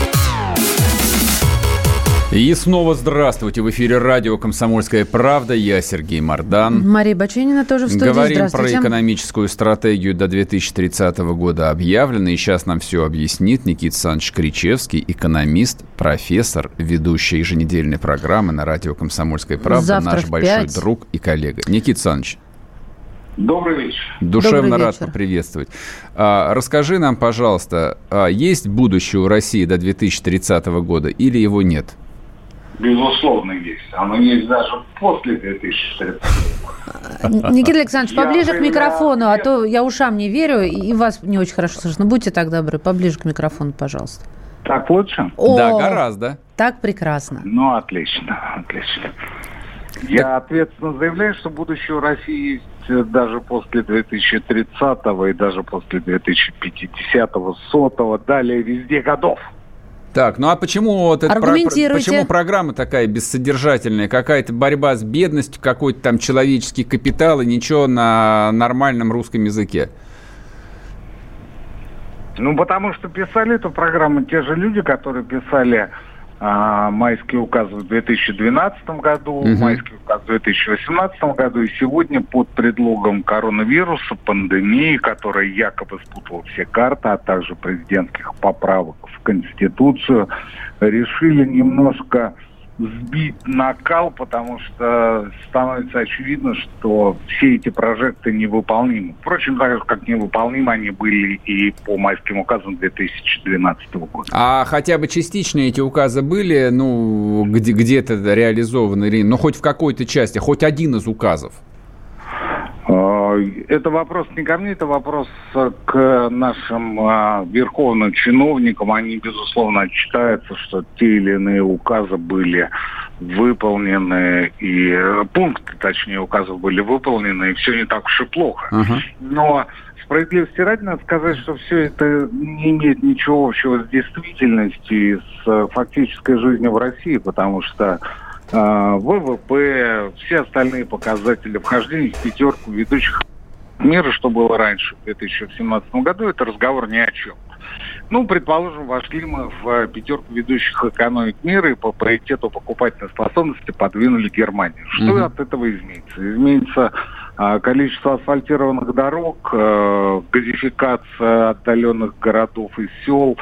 [SPEAKER 2] И снова здравствуйте. В эфире радио «Комсомольская правда». Я Сергей Мордан.
[SPEAKER 3] Мария Баченина тоже в студии.
[SPEAKER 2] Говорим про экономическую стратегию до 2030 года объявлена. И сейчас нам все объяснит Никита Александрович Кричевский, экономист, профессор, ведущий еженедельной программы на радио «Комсомольская правда».
[SPEAKER 3] Завтра
[SPEAKER 2] наш большой друг и коллега. Никита Александрович.
[SPEAKER 5] Добрый вечер.
[SPEAKER 2] Душевно рад поприветствовать. Расскажи нам, пожалуйста, есть будущее у России до 2030 года или его нет?
[SPEAKER 5] Безусловно, есть. Оно есть даже после 2030 года.
[SPEAKER 3] Никита Александрович, поближе к микрофону, а то я ушам не верю, и вас не очень хорошо слышно. Будьте так добры, поближе к микрофону, пожалуйста.
[SPEAKER 5] Так лучше?
[SPEAKER 2] Да, гораздо.
[SPEAKER 3] Так прекрасно.
[SPEAKER 5] Ну, отлично. Я ответственно заявляю, что будущее у России есть даже после 2030-го и даже после 2050-го, 100-го, далее везде годов.
[SPEAKER 2] Так, ну а почему почему программа такая бессодержательная? Какая-то борьба с бедностью, какой-то там человеческий капитал и ничего на нормальном русском языке?
[SPEAKER 5] Ну, потому что писали эту программу те же люди, которые писали майский указ в 2012 году, майский указ в 2018 году, и сегодня под предлогом коронавируса, пандемии, которая якобы спутала все карты, а также президентских поправок в Конституцию, решили немножко сбить накал, потому что становится очевидно, что все эти прожекты невыполнимы. Впрочем, так же, как невыполнимы они были и по майским указам 2012 года. А
[SPEAKER 2] хотя бы частично эти указы были, где-то реализованы, но хоть в какой-то части, хоть один из указов?
[SPEAKER 5] Это вопрос не ко мне, это вопрос к нашим верховным чиновникам. Они, безусловно, отчитаются, что те или иные указы были выполнены, и пункты, точнее, указов были выполнены, и все не так уж и плохо. Но справедливости ради надо сказать, что все это не имеет ничего общего с действительностью и с фактической жизнью в России, потому что ВВП, все остальные показатели вхождения в пятерку ведущих мира, что было раньше, в 2017 году, это разговор ни о чем.
[SPEAKER 9] Ну, предположим, вошли мы в пятерку ведущих экономик мира и по паритету покупательной способности подвинули Германию. Что от этого изменится? Изменится количество асфальтированных дорог, газификация отдаленных городов и сел,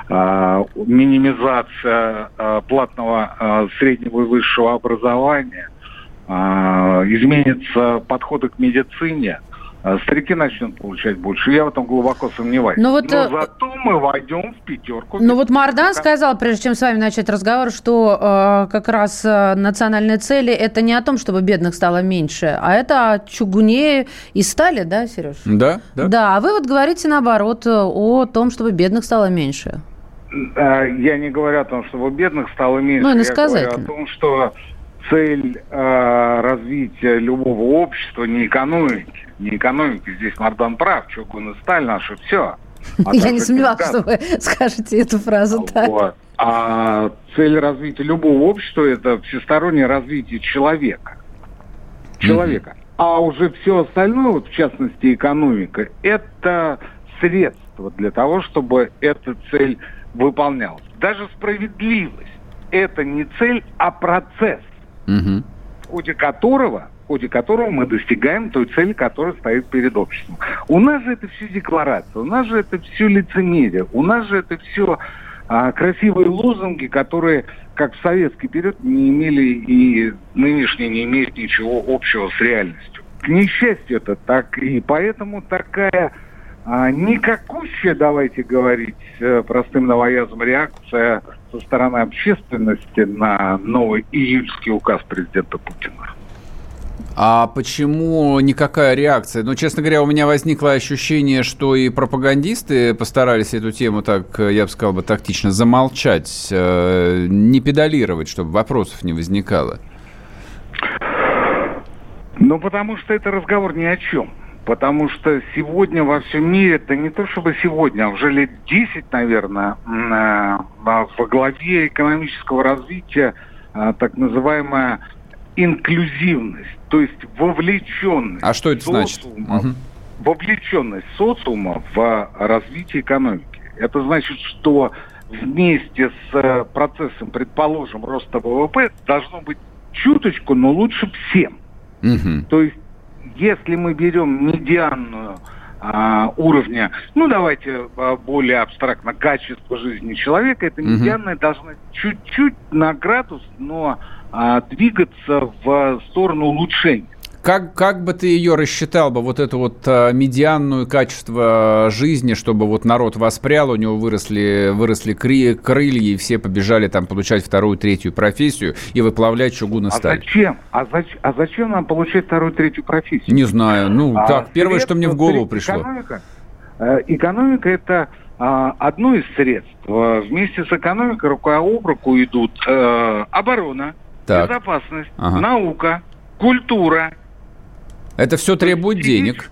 [SPEAKER 9] минимизация платного среднего и высшего образования, изменятся подходы к медицине. Старики начнут получать больше. Я в этом глубоко сомневаюсь. Но зато мы войдем в пятерку.
[SPEAKER 3] Ну вот Мардан сказал, прежде чем с вами начать разговор, что как раз национальные цели – это не о том, чтобы бедных стало меньше, а это о чугуне и стали, да, Сереж?
[SPEAKER 2] Да.
[SPEAKER 3] Да, а вы вот говорите наоборот о том, чтобы бедных стало меньше.
[SPEAKER 9] Я не говорю о том, чтобы бедных стало меньше.
[SPEAKER 3] Ну,
[SPEAKER 9] я говорю о том, что цель развития любого общества не экономики. Не экономики. Здесь Мардан прав. Чугун и сталь наше все.
[SPEAKER 3] Я не сомневалась, что вы скажете эту фразу.
[SPEAKER 9] Вот. А цель развития любого общества – это всестороннее развитие человека. А уже все остальное, вот в частности экономика, это средство для того, чтобы эта цель выполнялась. Даже справедливость – это не цель, а процесс, в ходе которого мы достигаем той цели, которая стоит перед обществом. У нас же это все декларация, у нас же это все лицемерие, у нас же это все красивые лозунги, которые, как в советский период, не имели и нынешние не имеют ничего общего с реальностью. К несчастью это так, и поэтому такая никакущая, давайте говорить простым новоязом, реакция со стороны общественности на новый июльский указ президента Путина.
[SPEAKER 2] А почему никакая реакция? Ну, честно говоря, у меня возникло ощущение, что и пропагандисты постарались эту тему так, я бы сказал, тактично замолчать, не педалировать, чтобы вопросов не возникало.
[SPEAKER 9] Ну, потому что это разговор ни о чем. Потому что сегодня во всем мире, это не то чтобы сегодня, а уже лет 10, наверное, во главе экономического развития так называемая инклюзивность, то есть вовлеченность.
[SPEAKER 2] А что это значит?
[SPEAKER 9] Вовлеченность социума в развитие экономики. Это значит, что вместе с процессом, предположим, роста ВВП должно быть чуточку, но лучше всем. То есть, если мы берем медианную уровня, ну, давайте более абстрактно, качество жизни человека, это медианная должна чуть-чуть на градус, но двигаться в сторону улучшения.
[SPEAKER 2] Как бы ты ее рассчитал бы, вот эту вот медианную качество жизни, чтобы вот народ воспрял, у него выросли крылья, и все побежали там получать вторую, третью профессию и выплавлять чугун и сталь?
[SPEAKER 9] Зачем? А зачем нам получать вторую, третью профессию?
[SPEAKER 2] Не знаю. Ну, так, первое, что мне в голову пришло.
[SPEAKER 9] Экономика – это одно из средств. Вместе с экономикой рука об руку идут оборона, безопасность, наука, культура.
[SPEAKER 2] Это все требует денег.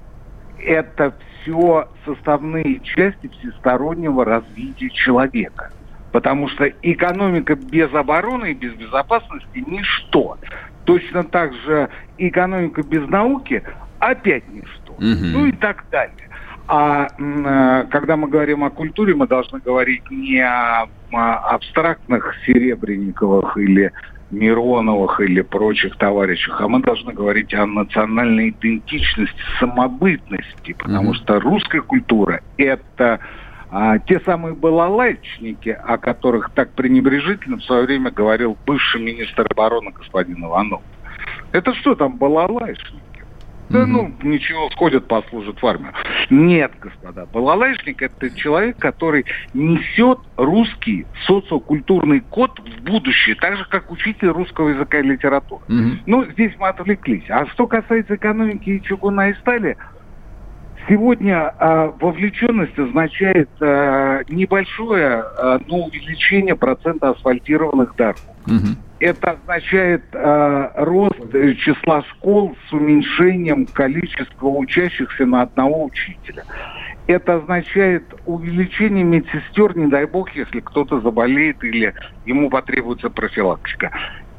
[SPEAKER 9] Это все составные части всестороннего развития человека. Потому что экономика без обороны и без безопасности – ничто. Точно так же экономика без науки – опять ничто. Ну и так далее. А когда мы говорим о культуре, мы должны говорить не о абстрактных Серебренниковых или Мироновых или прочих товарищах, а мы должны говорить о национальной идентичности, самобытности, потому что русская культура – это те самые балалайчники, о которых так пренебрежительно в свое время говорил бывший министр обороны господин Иванов. Это что там, балалайчники? Да, ничего, сходят, послужат в армию. Нет, господа, балалайшник – это человек, который несет русский социокультурный код в будущее, так же, как учитель русского языка и литературы. Ну, здесь мы отвлеклись. А что касается экономики и чугуна и стали, сегодня вовлеченность означает небольшое, но увеличение процента асфальтированных дорог. Это означает рост числа школ с уменьшением количества учащихся на одного учителя. Это означает увеличение медсестер, не дай бог, если кто-то заболеет или ему потребуется профилактика.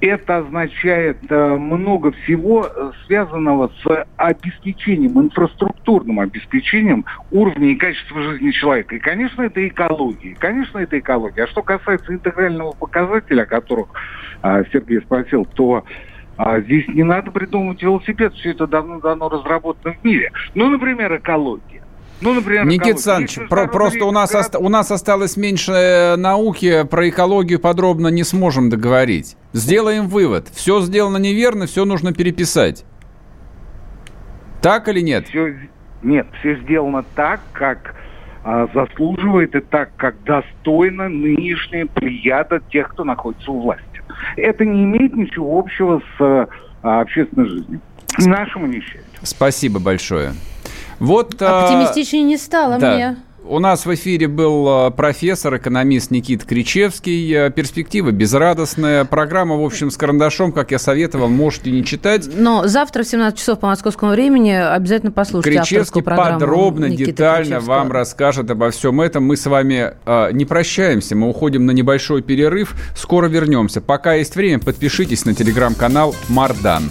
[SPEAKER 9] это означает много всего, связанного с обеспечением, инфраструктурным обеспечением уровня и качества жизни человека. И, конечно, это экология. А что касается интегрального показателя, о котором Сергей спросил, то здесь не надо придумывать велосипед. Все это давно разработано в мире. Например, экология.
[SPEAKER 2] Никита Александрович, просто у нас осталось меньше науки, про экологию подробно не сможем договорить. Сделаем вывод. Все сделано неверно, все нужно переписать. Так или нет?
[SPEAKER 9] Все сделано так, как заслуживает и так, как достойно нынешняя плеяда тех, кто находится у власти. Это не имеет ничего общего с общественной жизнью. К нашему несчастью.
[SPEAKER 2] Спасибо большое. Вот,
[SPEAKER 3] оптимистичнее не стало мне.
[SPEAKER 2] У нас в эфире был профессор, экономист Никита Кричевский. Перспектива безрадостная. Программа, в общем, с карандашом, как я советовал, можете не читать.
[SPEAKER 3] Но завтра в 17 часов по московскому времени обязательно послушайте авторскую программу.
[SPEAKER 2] Кричевский подробно, детально вам расскажет обо всем этом. Мы с вами не прощаемся, мы уходим на небольшой перерыв. Скоро вернемся. Пока есть время, подпишитесь на телеграм-канал «Мардан».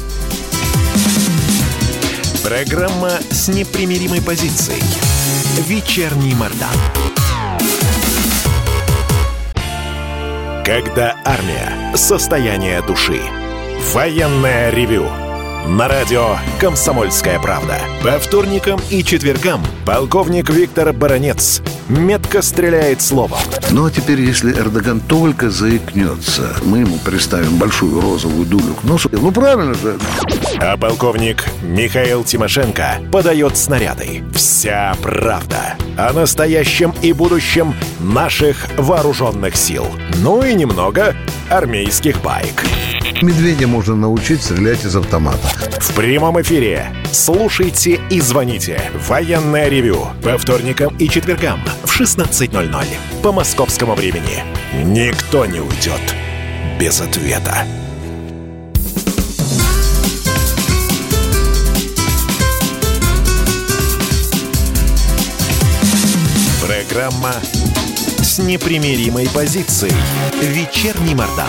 [SPEAKER 1] Программа с непримиримой позицией. Вечерний Мардан. Когда армия. Состояние души. Военное ревю. На радио «Комсомольская правда». По вторникам и четвергам полковник Виктор Баранец метко стреляет словом.
[SPEAKER 10] Ну а теперь, если Эрдоган только заикнется, мы ему приставим большую розовую дулю к носу. Ну правильно же.
[SPEAKER 1] А полковник Михаил Тимошенко подает снаряды. Вся правда о настоящем и будущем наших вооруженных сил. Ну и немного армейских баек.
[SPEAKER 10] Медведя можно научить стрелять из автомата.
[SPEAKER 1] В прямом эфире. Слушайте и звоните. Военное ревю. По вторникам и четвергам в 16:00 по московскому времени. Никто не уйдет без ответа. Программа с непримиримой позицией. Вечерний Мардан.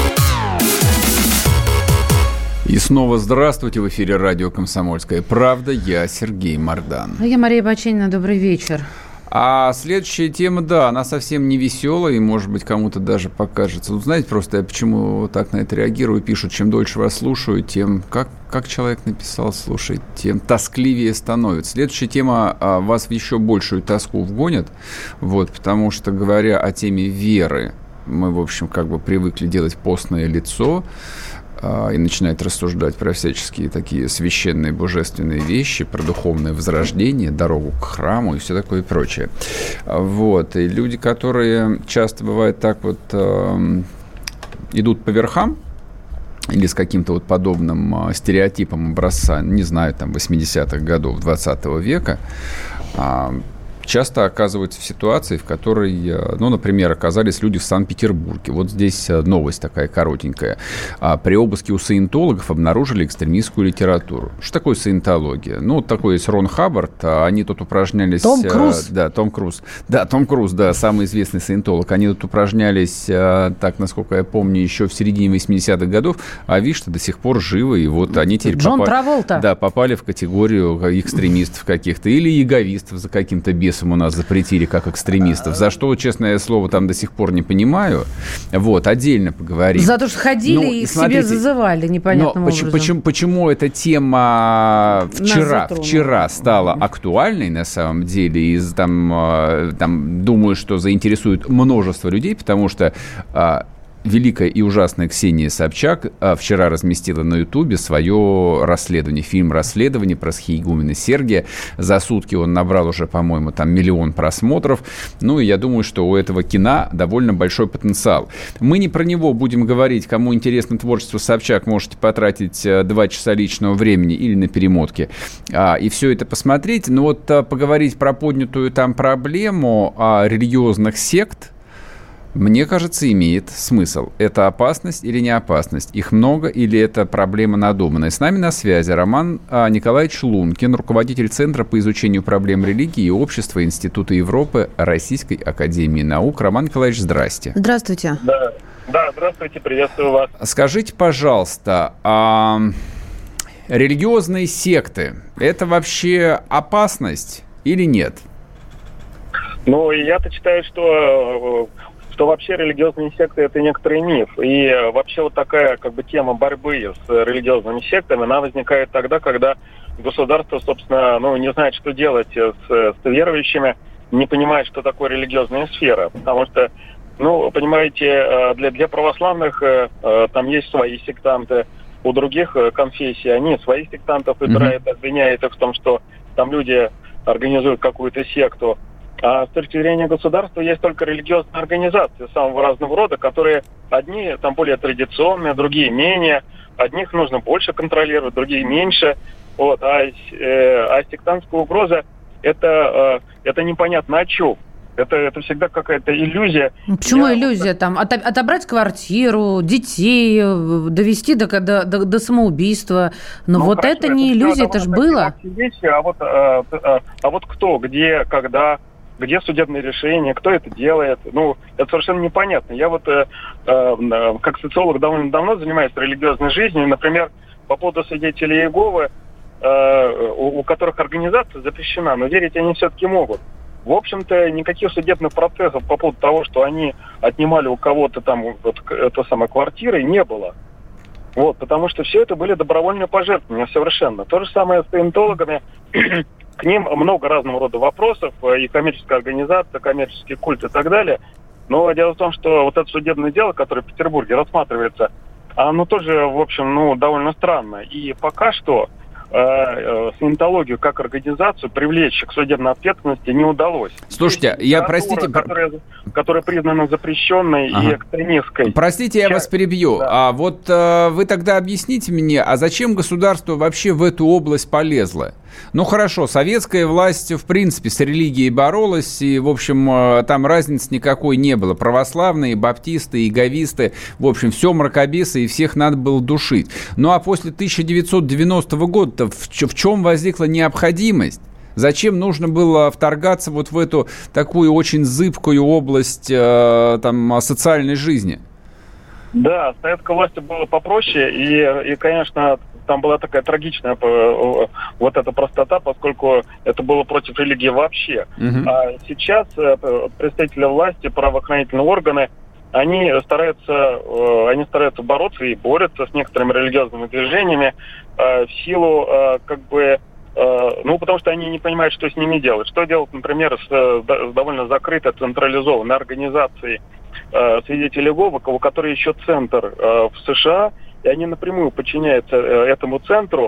[SPEAKER 2] И снова здравствуйте. В эфире радио «Комсомольская правда». Я Сергей Мардан.
[SPEAKER 3] А я Мария Баченина. Добрый вечер.
[SPEAKER 2] А следующая тема, да, она совсем не веселая и, может быть, кому-то даже покажется. Вот знаете, просто я почему так на это реагирую, пишут, чем дольше вас слушаю, тем, как человек написал, слушай, тем тоскливее становится. Следующая тема вас в еще большую тоску вгонит, вот, потому что, говоря о теме веры, мы, в общем, как бы привыкли делать постное лицо, и начинает рассуждать про всяческие такие священные божественные вещи, про духовное возрождение, дорогу к храму и все такое прочее. Вот. И люди, которые часто бывает так вот идут по верхам, или с каким-то вот подобным стереотипом образца, не знаю, там, 80-х годов 20 века, часто оказываются в ситуации, в которой, ну, например, оказались люди в Санкт-Петербурге. Вот здесь новость такая коротенькая. При обыске у саентологов обнаружили экстремистскую литературу. Что такое саентология? Ну, вот такой есть Рон Хаббард. Они тут упражнялись...
[SPEAKER 3] Том Круз.
[SPEAKER 2] Да, Том Круз. Да, Том Круз, да, самый известный саентолог. Они тут упражнялись, так, насколько я помню, еще в середине 80-х годов. А видишь, до сих пор живы. И вот они теперь попали в категорию экстремистов каких-то. Или яговистов за каким-то бесом у нас запретили как экстремистов. За что, честное слово, там до сих пор не понимаю. Вот, отдельно поговорим.
[SPEAKER 3] За то, что ходили и к себе зазывали непонятным образом.
[SPEAKER 2] Почему эта тема вчера стала актуальной на самом деле? И там думаю, что заинтересует множество людей, потому что... великая и ужасная Ксения Собчак вчера разместила на Ютубе свое расследование, фильм «Расследование» про схиегумена Сергия. За сутки он набрал уже, по-моему, там 1 миллион просмотров. Ну, и я думаю, что у этого кино довольно большой потенциал. Мы не про него будем говорить. Кому интересно творчество Собчак, можете потратить 2 часа личного времени или на перемотке и все это посмотреть. Но вот поговорить про поднятую там проблему религиозных сект, мне кажется, имеет смысл. Это опасность или не опасность? Их много или это проблема надуманная? С нами на связи Роман Николаевич Лункин, руководитель Центра по изучению проблем религии и общества Института Европы Российской академии наук. Роман Николаевич, здрасте.
[SPEAKER 3] Здравствуйте.
[SPEAKER 7] Да,
[SPEAKER 11] Да, здравствуйте, приветствую вас.
[SPEAKER 2] Скажите, пожалуйста, религиозные секты – это вообще опасность или нет?
[SPEAKER 11] Ну, я-то считаю, что вообще религиозные секты – это некоторый миф. И вообще вот такая как бы тема борьбы с религиозными сектами, она возникает тогда, когда государство, собственно, не знает, что делать с верующими, не понимает, что такое религиозная сфера. Потому что, понимаете, для православных там есть свои сектанты, у других конфессий они своих сектантов выбирают, обвиняют их в том, что там люди организуют какую-то секту. А с точки зрения государства есть только религиозные организации самого разного рода, которые одни там более традиционные, другие менее. Одних нужно больше контролировать, другие меньше. Вот. А сектантская угроза это непонятно о чем. Это всегда какая-то иллюзия.
[SPEAKER 3] Почему иллюзия? Там отобрать квартиру, детей, довести до самоубийства. Но вот это не иллюзия, это ж было.
[SPEAKER 11] А вот кто, где, когда, где судебные решения, кто это делает, это совершенно непонятно. Я вот как социолог довольно давно занимаюсь религиозной жизнью. Например, по поводу свидетелей Иеговы, у которых организация запрещена, но верить они все-таки могут. В общем-то, никаких судебных процессов по поводу того, что они отнимали у кого-то там квартиры, не было. Вот, потому что все это были добровольные пожертвования совершенно. То же самое с саентологами. К ним много разного рода вопросов, и коммерческая организация, коммерческий культ и так далее. Но дело в том, что вот это судебное дело, которое в Петербурге рассматривается, оно тоже, в общем, довольно странно. И пока что саентологию как организацию привлечь к судебной ответственности не удалось.
[SPEAKER 2] Слушайте,
[SPEAKER 11] которая признана запрещенной и экстремистской.
[SPEAKER 2] Простите, я вас перебью. Да. Вот вы тогда объясните мне, а зачем государство вообще в эту область полезло? Хорошо, советская власть, в принципе, с религией боролась, и, в общем, там разницы никакой не было. Православные, баптисты, иеговисты, в общем, все мракобесы, и всех надо было душить. А после 1990 года в чем возникла необходимость? Зачем нужно было вторгаться вот в эту такую очень зыбкую область социальной жизни?
[SPEAKER 11] Да, с советской властью было попроще, и, конечно, там была такая трагичная вот эта простота, поскольку это было против религии вообще. А сейчас представители власти, правоохранительные органы, они стараются бороться и борются с некоторыми религиозными движениями в силу потому что они не понимают, что с ними делать. Что делать, например, с довольно закрытой, централизованной организацией свидетелей Иеговы, у которой еще центр в США, и они напрямую подчиняются этому центру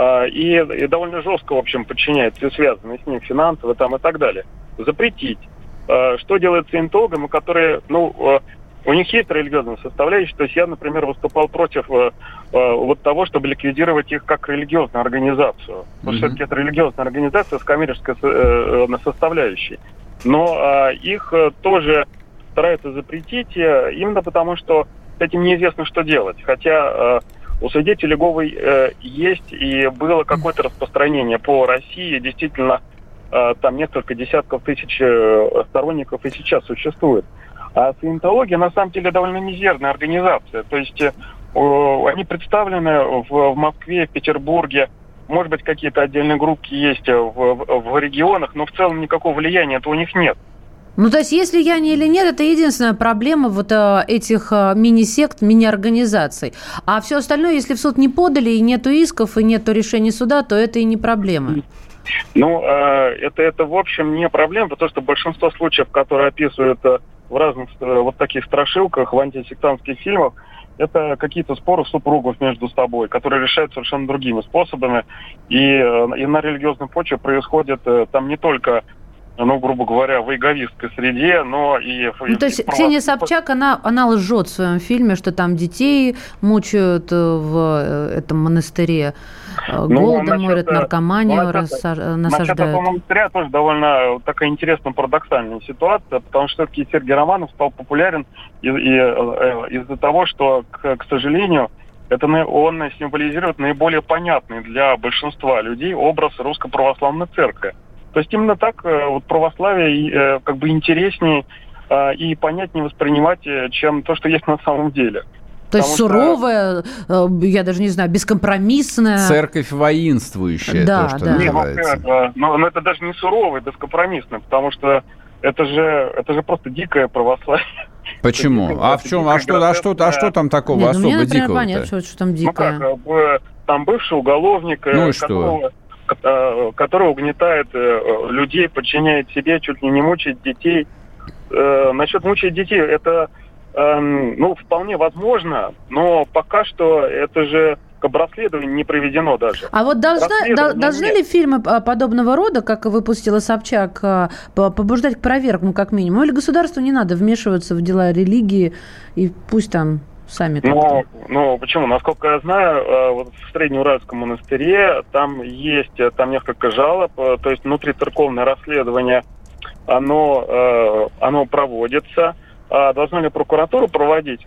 [SPEAKER 11] и довольно жестко, в общем, подчиняются и связаны с ним финансово и так далее. Запретить. Что делать саентологам, которые, у них есть религиозная составляющая. То есть я, например, выступал против вот того, чтобы ликвидировать их как религиозную организацию. Потому что все-таки это религиозная организация с коммерческой составляющей. Но их тоже стараются запретить именно потому, что с этим неизвестно, что делать. Хотя у свидетелей Иеговы есть и было какое-то распространение по России. Действительно, там несколько десятков тысяч сторонников и сейчас существует. А саентология, на самом деле, довольно мизерная организация. То есть они представлены в Москве, в Петербурге. Может быть, какие-то отдельные группки есть в регионах, но в целом никакого влияния этого у них нет.
[SPEAKER 3] То есть есть влияние или нет, это единственная проблема вот этих мини-сект, мини-организаций. А все остальное, если в суд не подали, и нету исков, и нету решений суда, то это и не проблема.
[SPEAKER 11] Это в общем не проблема, потому что большинство случаев, которые описывают в разных вот таких страшилках, в антисектантских фильмах, это какие-то споры супругов между собой, которые решают совершенно другими способами. И на религиозной почве происходит там не только, грубо говоря, в иеговистской среде, но и...
[SPEAKER 3] то есть Ксения Собчак, она лжет в своем фильме, что там детей мучают в этом монастыре, голодом морят, наркоманию насаждают.
[SPEAKER 11] Насчет этого монастыря тоже довольно такая интересная парадоксальная ситуация, потому что все-таки Сергей Романов стал популярен из-за того, что, к сожалению, он символизирует наиболее понятный для большинства людей образ Русской Православной Церкви. То есть именно так православие интереснее и понятнее воспринимать, чем то, что есть на самом деле.
[SPEAKER 3] То есть суровая, я даже не знаю, бескомпромиссная.
[SPEAKER 2] Церковь воинствующая,
[SPEAKER 3] да,
[SPEAKER 2] то, что
[SPEAKER 3] да.
[SPEAKER 2] называется.
[SPEAKER 11] Но это даже не суровая, бескомпромиссная, потому что это же просто дикое православие.
[SPEAKER 2] Почему? А в чем? А что там такого особо
[SPEAKER 3] мне,
[SPEAKER 2] дикого?
[SPEAKER 3] Понятно, что там дикое.
[SPEAKER 11] Ну как, там бывший уголовник, который угнетает людей, подчиняет себе, чуть ли не мучает детей. Насчет мучать детей, это вполне возможно, но пока что это же к расследованию не проведено даже.
[SPEAKER 3] А вот должны ли фильмы подобного рода, как выпустила Собчак, побуждать к проверкам, как минимум? Или государству не надо вмешиваться в дела религии, и пусть там сами как-то?
[SPEAKER 11] Ну, почему? Насколько я знаю, вот в Среднеуральском монастыре там есть несколько жалоб, то есть внутрицерковное расследование, оно проводится. Должна ли прокуратура проводить?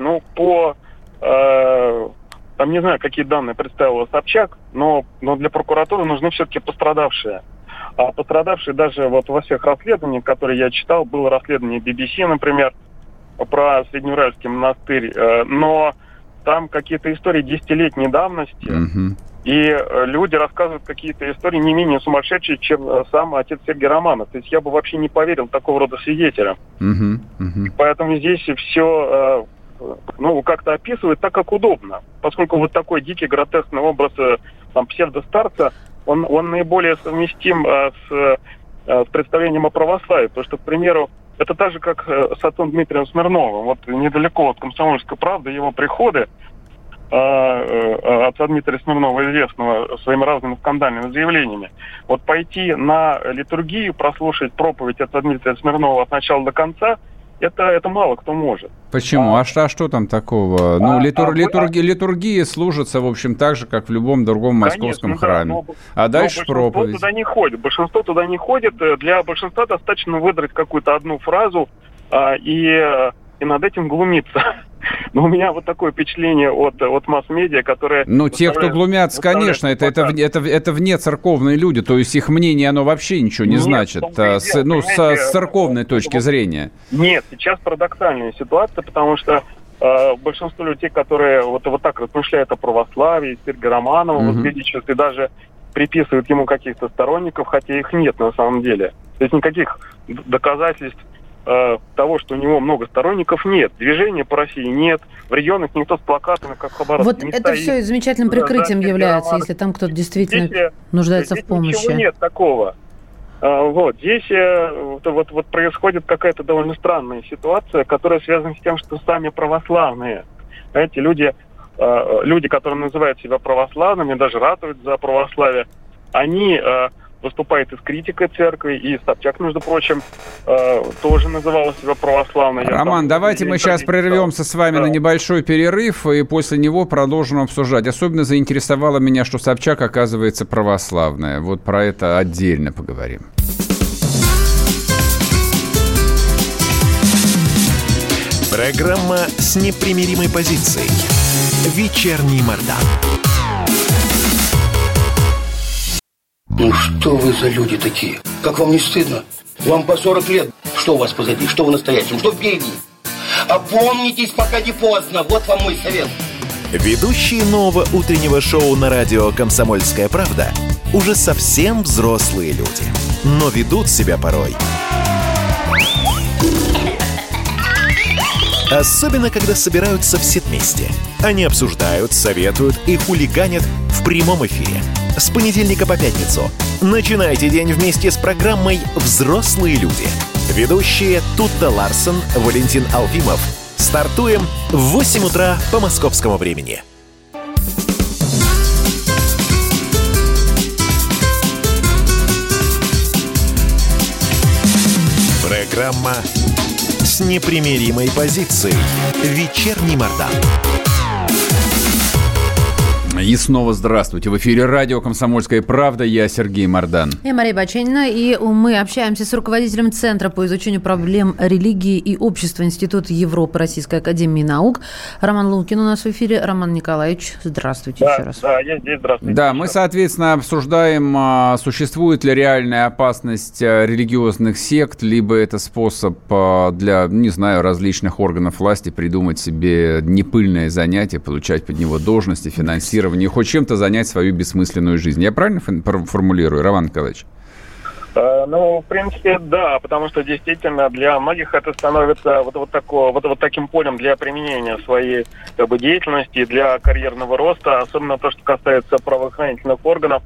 [SPEAKER 11] Там не знаю, какие данные представила Собчак, но для прокуратуры нужны все-таки пострадавшие. А пострадавшие даже вот во всех расследованиях, которые я читал, было расследование BBC, например, про Среднеуральский монастырь, но там какие-то истории десятилетней давности, и люди рассказывают какие-то истории не менее сумасшедшие, чем сам отец Сергий Романов. То есть я бы вообще не поверил такого рода свидетелям. Поэтому здесь все как-то описывают так, как удобно. Поскольку вот такой дикий, гротескный образ псевдостарца, он наиболее совместим с представлением о православии. Потому что, к примеру, это так же, как с отцом Дмитрием Смирновым. Вот недалеко от «Комсомольской правды» его приходы, отца Дмитрия Смирнова, известного своими разными скандальными заявлениями. Вот пойти на литургию, прослушать проповедь отца Дмитрия Смирнова от начала до конца, это мало кто может.
[SPEAKER 2] Почему? А что там такого? Литургии служатся, в общем, так же, как в любом другом московском храме. А дальше проповедь.
[SPEAKER 11] Большинство туда не ходит. Для большинства достаточно выдрать какую-то одну фразу и над этим глумиться. Но у меня вот такое впечатление от масс-медиа, которые...
[SPEAKER 2] те, кто глумятся, конечно, это вне церковные люди, то есть их мнение, оно вообще ничего не значит, с церковной точки зрения.
[SPEAKER 11] Нет, сейчас парадоксальная ситуация, потому что большинство людей, которые вот так размышляют о православии, Сергея Романова, возвеличивают и даже приписывают ему каких-то сторонников, хотя их нет на самом деле. То есть никаких доказательств того, что у него много сторонников, нет. Движения по России нет. В регионах никто с плакатами, как в Хабаровске,
[SPEAKER 3] не стоит. Вот это все замечательным прикрытием является, если там кто-то действительно нуждается в помощи.
[SPEAKER 11] Ничего нет такого. Здесь происходит какая-то довольно странная ситуация, которая связана с тем, что сами православные, знаете, люди, которые называют себя православными, даже ратуют за православие, они выступает и с критикой церкви, и Собчак, между прочим, тоже называла себя православной.
[SPEAKER 2] Роман, давайте мы сейчас прервемся с вами на небольшой перерыв, и после него продолжим обсуждать. Особенно заинтересовало меня, что Собчак, оказывается, православная. Вот про это отдельно поговорим.
[SPEAKER 1] Программа с непримиримой позицией. Вечерний Мордан.
[SPEAKER 8] Ну что вы за люди такие? Как вам не стыдно? Вам по 40 лет. Что у вас позади? Что в настоящем? Что впереди? Опомнитесь, пока не поздно. Вот вам мой совет.
[SPEAKER 1] Ведущие нового утреннего шоу на радио «Комсомольская правда» уже совсем взрослые люди. Но ведут себя порой. Особенно, когда собираются все вместе. Они обсуждают, советуют и хулиганят в прямом эфире. С понедельника по пятницу. Начинайте день вместе с программой «Взрослые люди». Ведущие Тутта Ларсон, Валентин Алфимов. Стартуем в 8 утра по московскому времени. Программа с непримиримой позицией. Вечерний Мордан.
[SPEAKER 2] И снова здравствуйте. В эфире радио «Комсомольская правда». Я Сергей Мордан.
[SPEAKER 3] Я Мария Баченина. И мы общаемся с руководителем Центра по изучению проблем религии и общества Института Европы Российской академии наук. Роман Лункин у нас в эфире. Роман Николаевич, здравствуйте еще раз.
[SPEAKER 11] Да, я здесь. Здравствуйте.
[SPEAKER 2] Да, мы, соответственно, обсуждаем, существует ли реальная опасность религиозных сект, либо это способ для, не знаю, различных органов власти придумать себе непыльное занятие, получать под него должности, финансирование, хоть чем-то занять свою бессмысленную жизнь. Я правильно формулирую, Роман Николаевич?
[SPEAKER 11] В принципе, да, потому что действительно для многих это становится вот таким полем для применения своей деятельности, для карьерного роста, особенно то, что касается правоохранительных органов.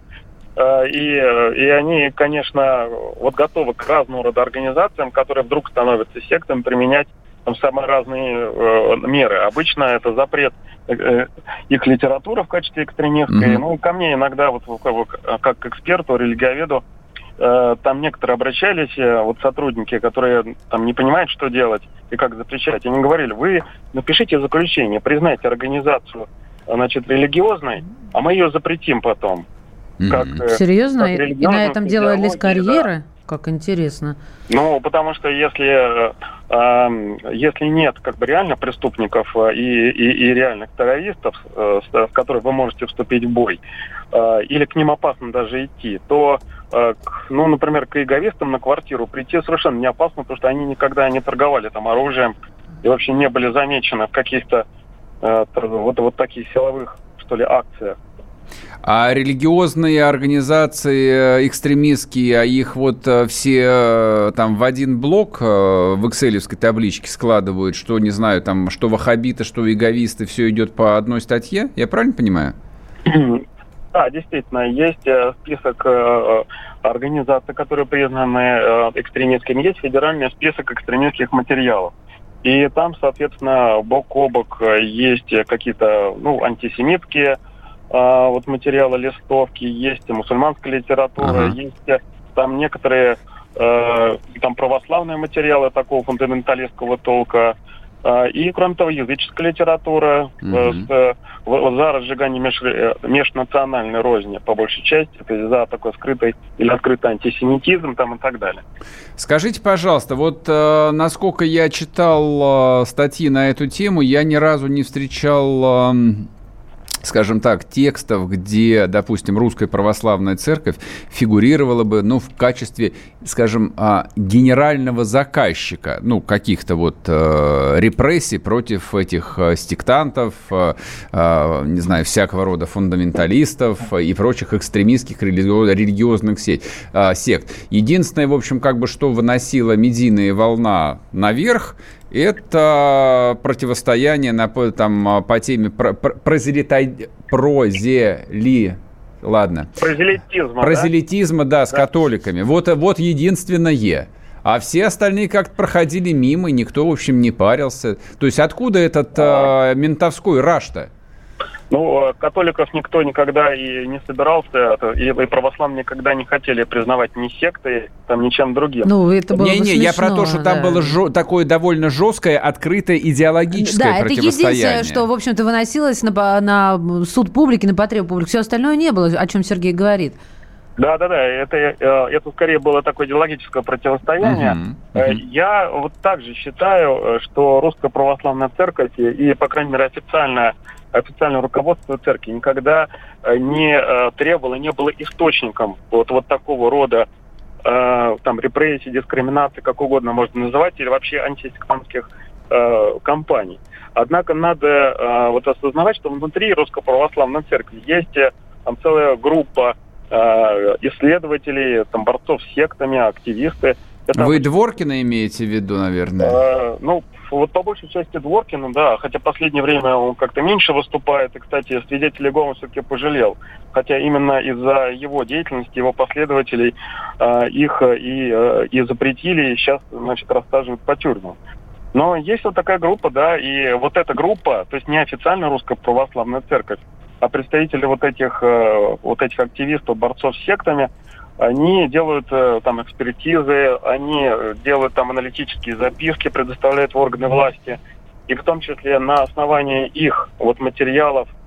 [SPEAKER 11] И они, конечно, готовы к разного рода организациям, которые вдруг становятся сектами, применять самые разные меры. Обычно это запрет их литературы в качестве экстремистской. Mm-hmm. Ко мне иногда, как к эксперту, религиоведу, там некоторые обращались, сотрудники, которые там не понимают, что делать и как запрещать. Они говорили: вы напишите заключение, признайте организацию, религиозной, а мы ее запретим потом.
[SPEAKER 3] Серьезно? И на этом делались карьеры? Да. Как интересно.
[SPEAKER 11] Потому что если нет реально преступников и реальных террористов, с которыми вы можете вступить в бой, или к ним опасно даже идти, то, например, к иеговистам на квартиру прийти совершенно не опасно, потому что они никогда не торговали там оружием и вообще не были замечены в каких-то таких силовых, акциях.
[SPEAKER 2] А религиозные организации экстремистские, их все там в один блок в экселевской табличке складывают, что, не знаю, там, что ваххабиты, что иеговисты, все идет по одной статье? Я правильно понимаю?
[SPEAKER 11] Да, действительно, есть список организаций, которые признаны экстремистскими, есть федеральный список экстремистских материалов. И там, соответственно, бок о бок есть какие-то, антисемитские материалы, листовки, есть мусульманская литература, есть там некоторые православные материалы такого фундаменталистского толка, и, кроме того, языческая литература за разжигание межнациональной розни, по большей части, то есть за такой скрытый или открытый антисемитизм там, и так далее.
[SPEAKER 2] Скажите, пожалуйста, насколько я читал статьи на эту тему, я ни разу не встречал... скажем так, текстов, где, допустим, Русская Православная Церковь фигурировала бы, в качестве, скажем, генерального заказчика, каких-то репрессий против этих сектантов, не знаю, всякого рода фундаменталистов и прочих экстремистских религиозных сект. Единственное, в общем, что выносила медийная волна наверх, это противостояние по теме прозелитизма, да, с католиками. Вот единственное. А все остальные как-то проходили мимо, и никто, в общем, не парился. То есть откуда этот ментовской раж-то?
[SPEAKER 11] Католиков никто никогда и не собирался, и православные никогда не хотели признавать ни сектой, ничем другим.
[SPEAKER 3] Это было смешно,
[SPEAKER 2] я про то, что там было такое довольно жесткое, открытое идеологическое противостояние. Да, это единственное,
[SPEAKER 3] что, в общем-то, выносилось на суд публики, на потребу публики. Все остальное не было, о чем Сергей говорит.
[SPEAKER 11] Да, это скорее было такое идеологическое противостояние. Я также считаю, что Русская Православная Церковь и, по крайней мере, официальное руководство церкви никогда не требовало, не было источником такого рода репрессий, дискриминации, как угодно можно называть, или вообще антисектантских кампаний. Однако надо осознавать, что внутри Русской Православной Церкви есть целая группа исследователей, борцов с сектами, активисты.
[SPEAKER 2] Вы Дворкина имеете в виду, наверное?
[SPEAKER 11] По большей части Дворкина, да, хотя в последнее время он как-то меньше выступает, и, кстати, свидетелей Иеговы все-таки пожалел, хотя именно из-за его деятельности, его последователей их и запретили, и сейчас, рассаживают по тюрьмам. Но есть такая группа, да, и эта группа, то есть не официальная Русская Православная Церковь, а представители этих активистов, борцов с сектами, они делают экспертизы, они делают аналитические записки, предоставляют в органы власти. И в том числе на основании их материалов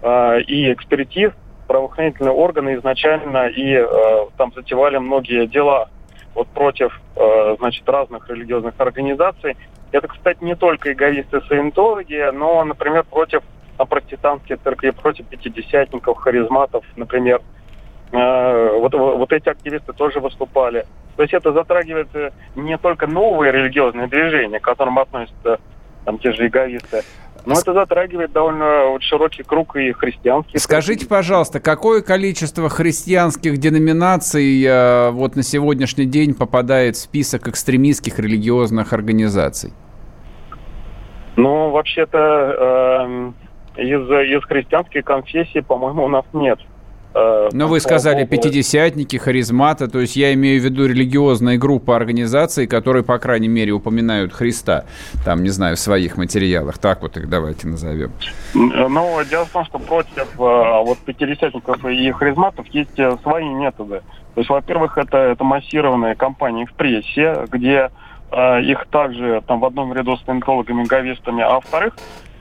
[SPEAKER 11] и экспертиз правоохранительные органы изначально и там затевали многие дела вот против, значит, разных религиозных организаций. Это, кстати, не только иеговисты, саентологи, но, например, против протестантских церквей, против пятидесятников, харизматов, например. Вот эти активисты тоже выступали. То есть это затрагивает не только новые религиозные движения, к которым относятся там те же иеговисты, но это затрагивает довольно широкий круг и христианских.
[SPEAKER 2] Скажите, пожалуйста, какое количество христианских деноминаций вот на сегодняшний день попадает в список экстремистских религиозных организаций?
[SPEAKER 11] Ну, вообще-то из христианских конфессий, по-моему, у нас нет.
[SPEAKER 2] Но вы сказали пятидесятники, харизматы, то есть я имею в виду религиозные группы организаций, которые, по крайней мере, упоминают Христа, там, не знаю, в своих материалах. Так вот их давайте назовем.
[SPEAKER 11] Ну, дело в том, что против вот пятидесятников и харизматов есть свои методы. То есть, во-первых, это массированные кампании в прессе, где их также там в одном ряду с саентологами, говистами, а во-вторых,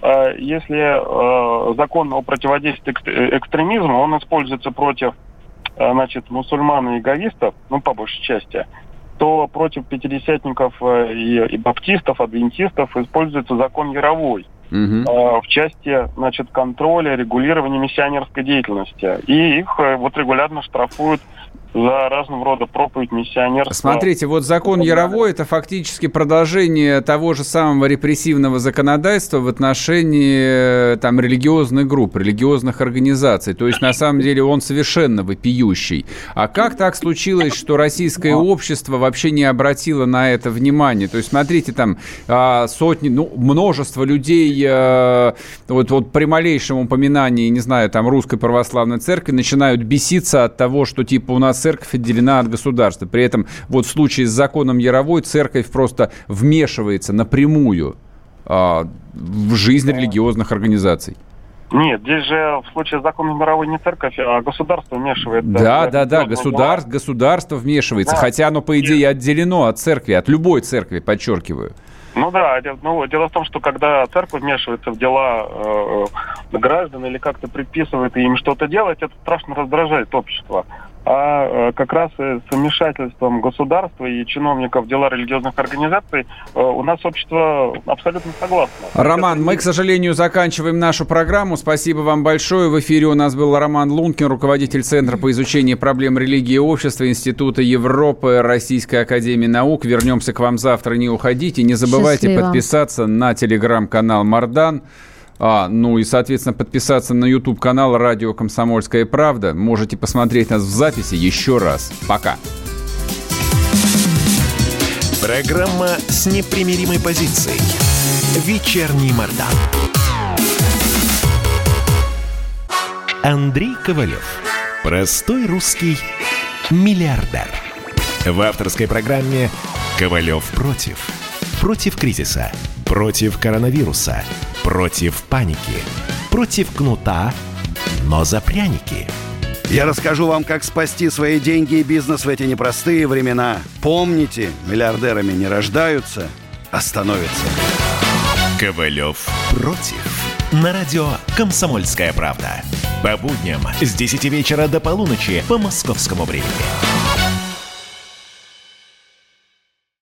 [SPEAKER 11] если закон о противодействии экстремизму, он используется против, значит, мусульман и иеговистов, ну, по большей части, то против пятидесятников и баптистов, адвентистов используется закон Яровой в части, значит, контроля, регулирования миссионерской деятельности. И их вот регулярно штрафуют за разного рода проповедь миссионерства.
[SPEAKER 2] Смотрите, вот закон Яровой – это фактически продолжение того же самого репрессивного законодательства в отношении там, религиозных групп, религиозных организаций. То есть, на самом деле, он совершенно вопиющий. А как так случилось, что российское общество вообще не обратило на это внимание? То есть, смотрите, там сотни, множество людей вот при малейшем упоминании, не знаю, там, Русской Православной Церкви начинают беситься от того, что, типа, у нас церковь отделена от государства. При этом вот в случае с законом Яровой церковь просто вмешивается напрямую в жизнь религиозных организаций.
[SPEAKER 11] Нет, здесь же в случае с законом Яровой не церковь, а государство вмешивается.
[SPEAKER 2] Да, государство вмешивается, хотя оно, по идее, отделено от церкви, от любой церкви, подчеркиваю.
[SPEAKER 11] Ну да, дело в том, что когда церковь вмешивается в дела граждан или как-то предписывает им что-то делать, это страшно раздражает общество. А как раз с вмешательством государства и чиновников в дела религиозных организаций у нас общество абсолютно согласно.
[SPEAKER 2] Роман, мы, к сожалению, заканчиваем нашу программу. Спасибо вам большое. В эфире у нас был Роман Лункин, руководитель Центра по изучению проблем религии и общества Института Европы Российской академии наук. Вернемся к вам завтра, не уходите. Не забывайте подписаться на телеграм-канал Мардан. Ну и, соответственно, подписаться на YouTube-канал «Радио Комсомольская правда». Можете посмотреть нас в записи еще раз. Пока.
[SPEAKER 1] Программа с непримиримой позицией. Вечерний Мардан. Андрей Ковалев. Простой русский миллиардер. В авторской программе «Ковалев против». Против кризиса. Против коронавируса. Против паники. Против кнута, но за пряники.
[SPEAKER 10] Я расскажу вам, как спасти свои деньги и бизнес в эти непростые времена. Помните, миллиардерами не рождаются, а становятся.
[SPEAKER 1] Ковалев против. На радио «Комсомольская правда». По будням с 10 вечера до полуночи по московскому времени.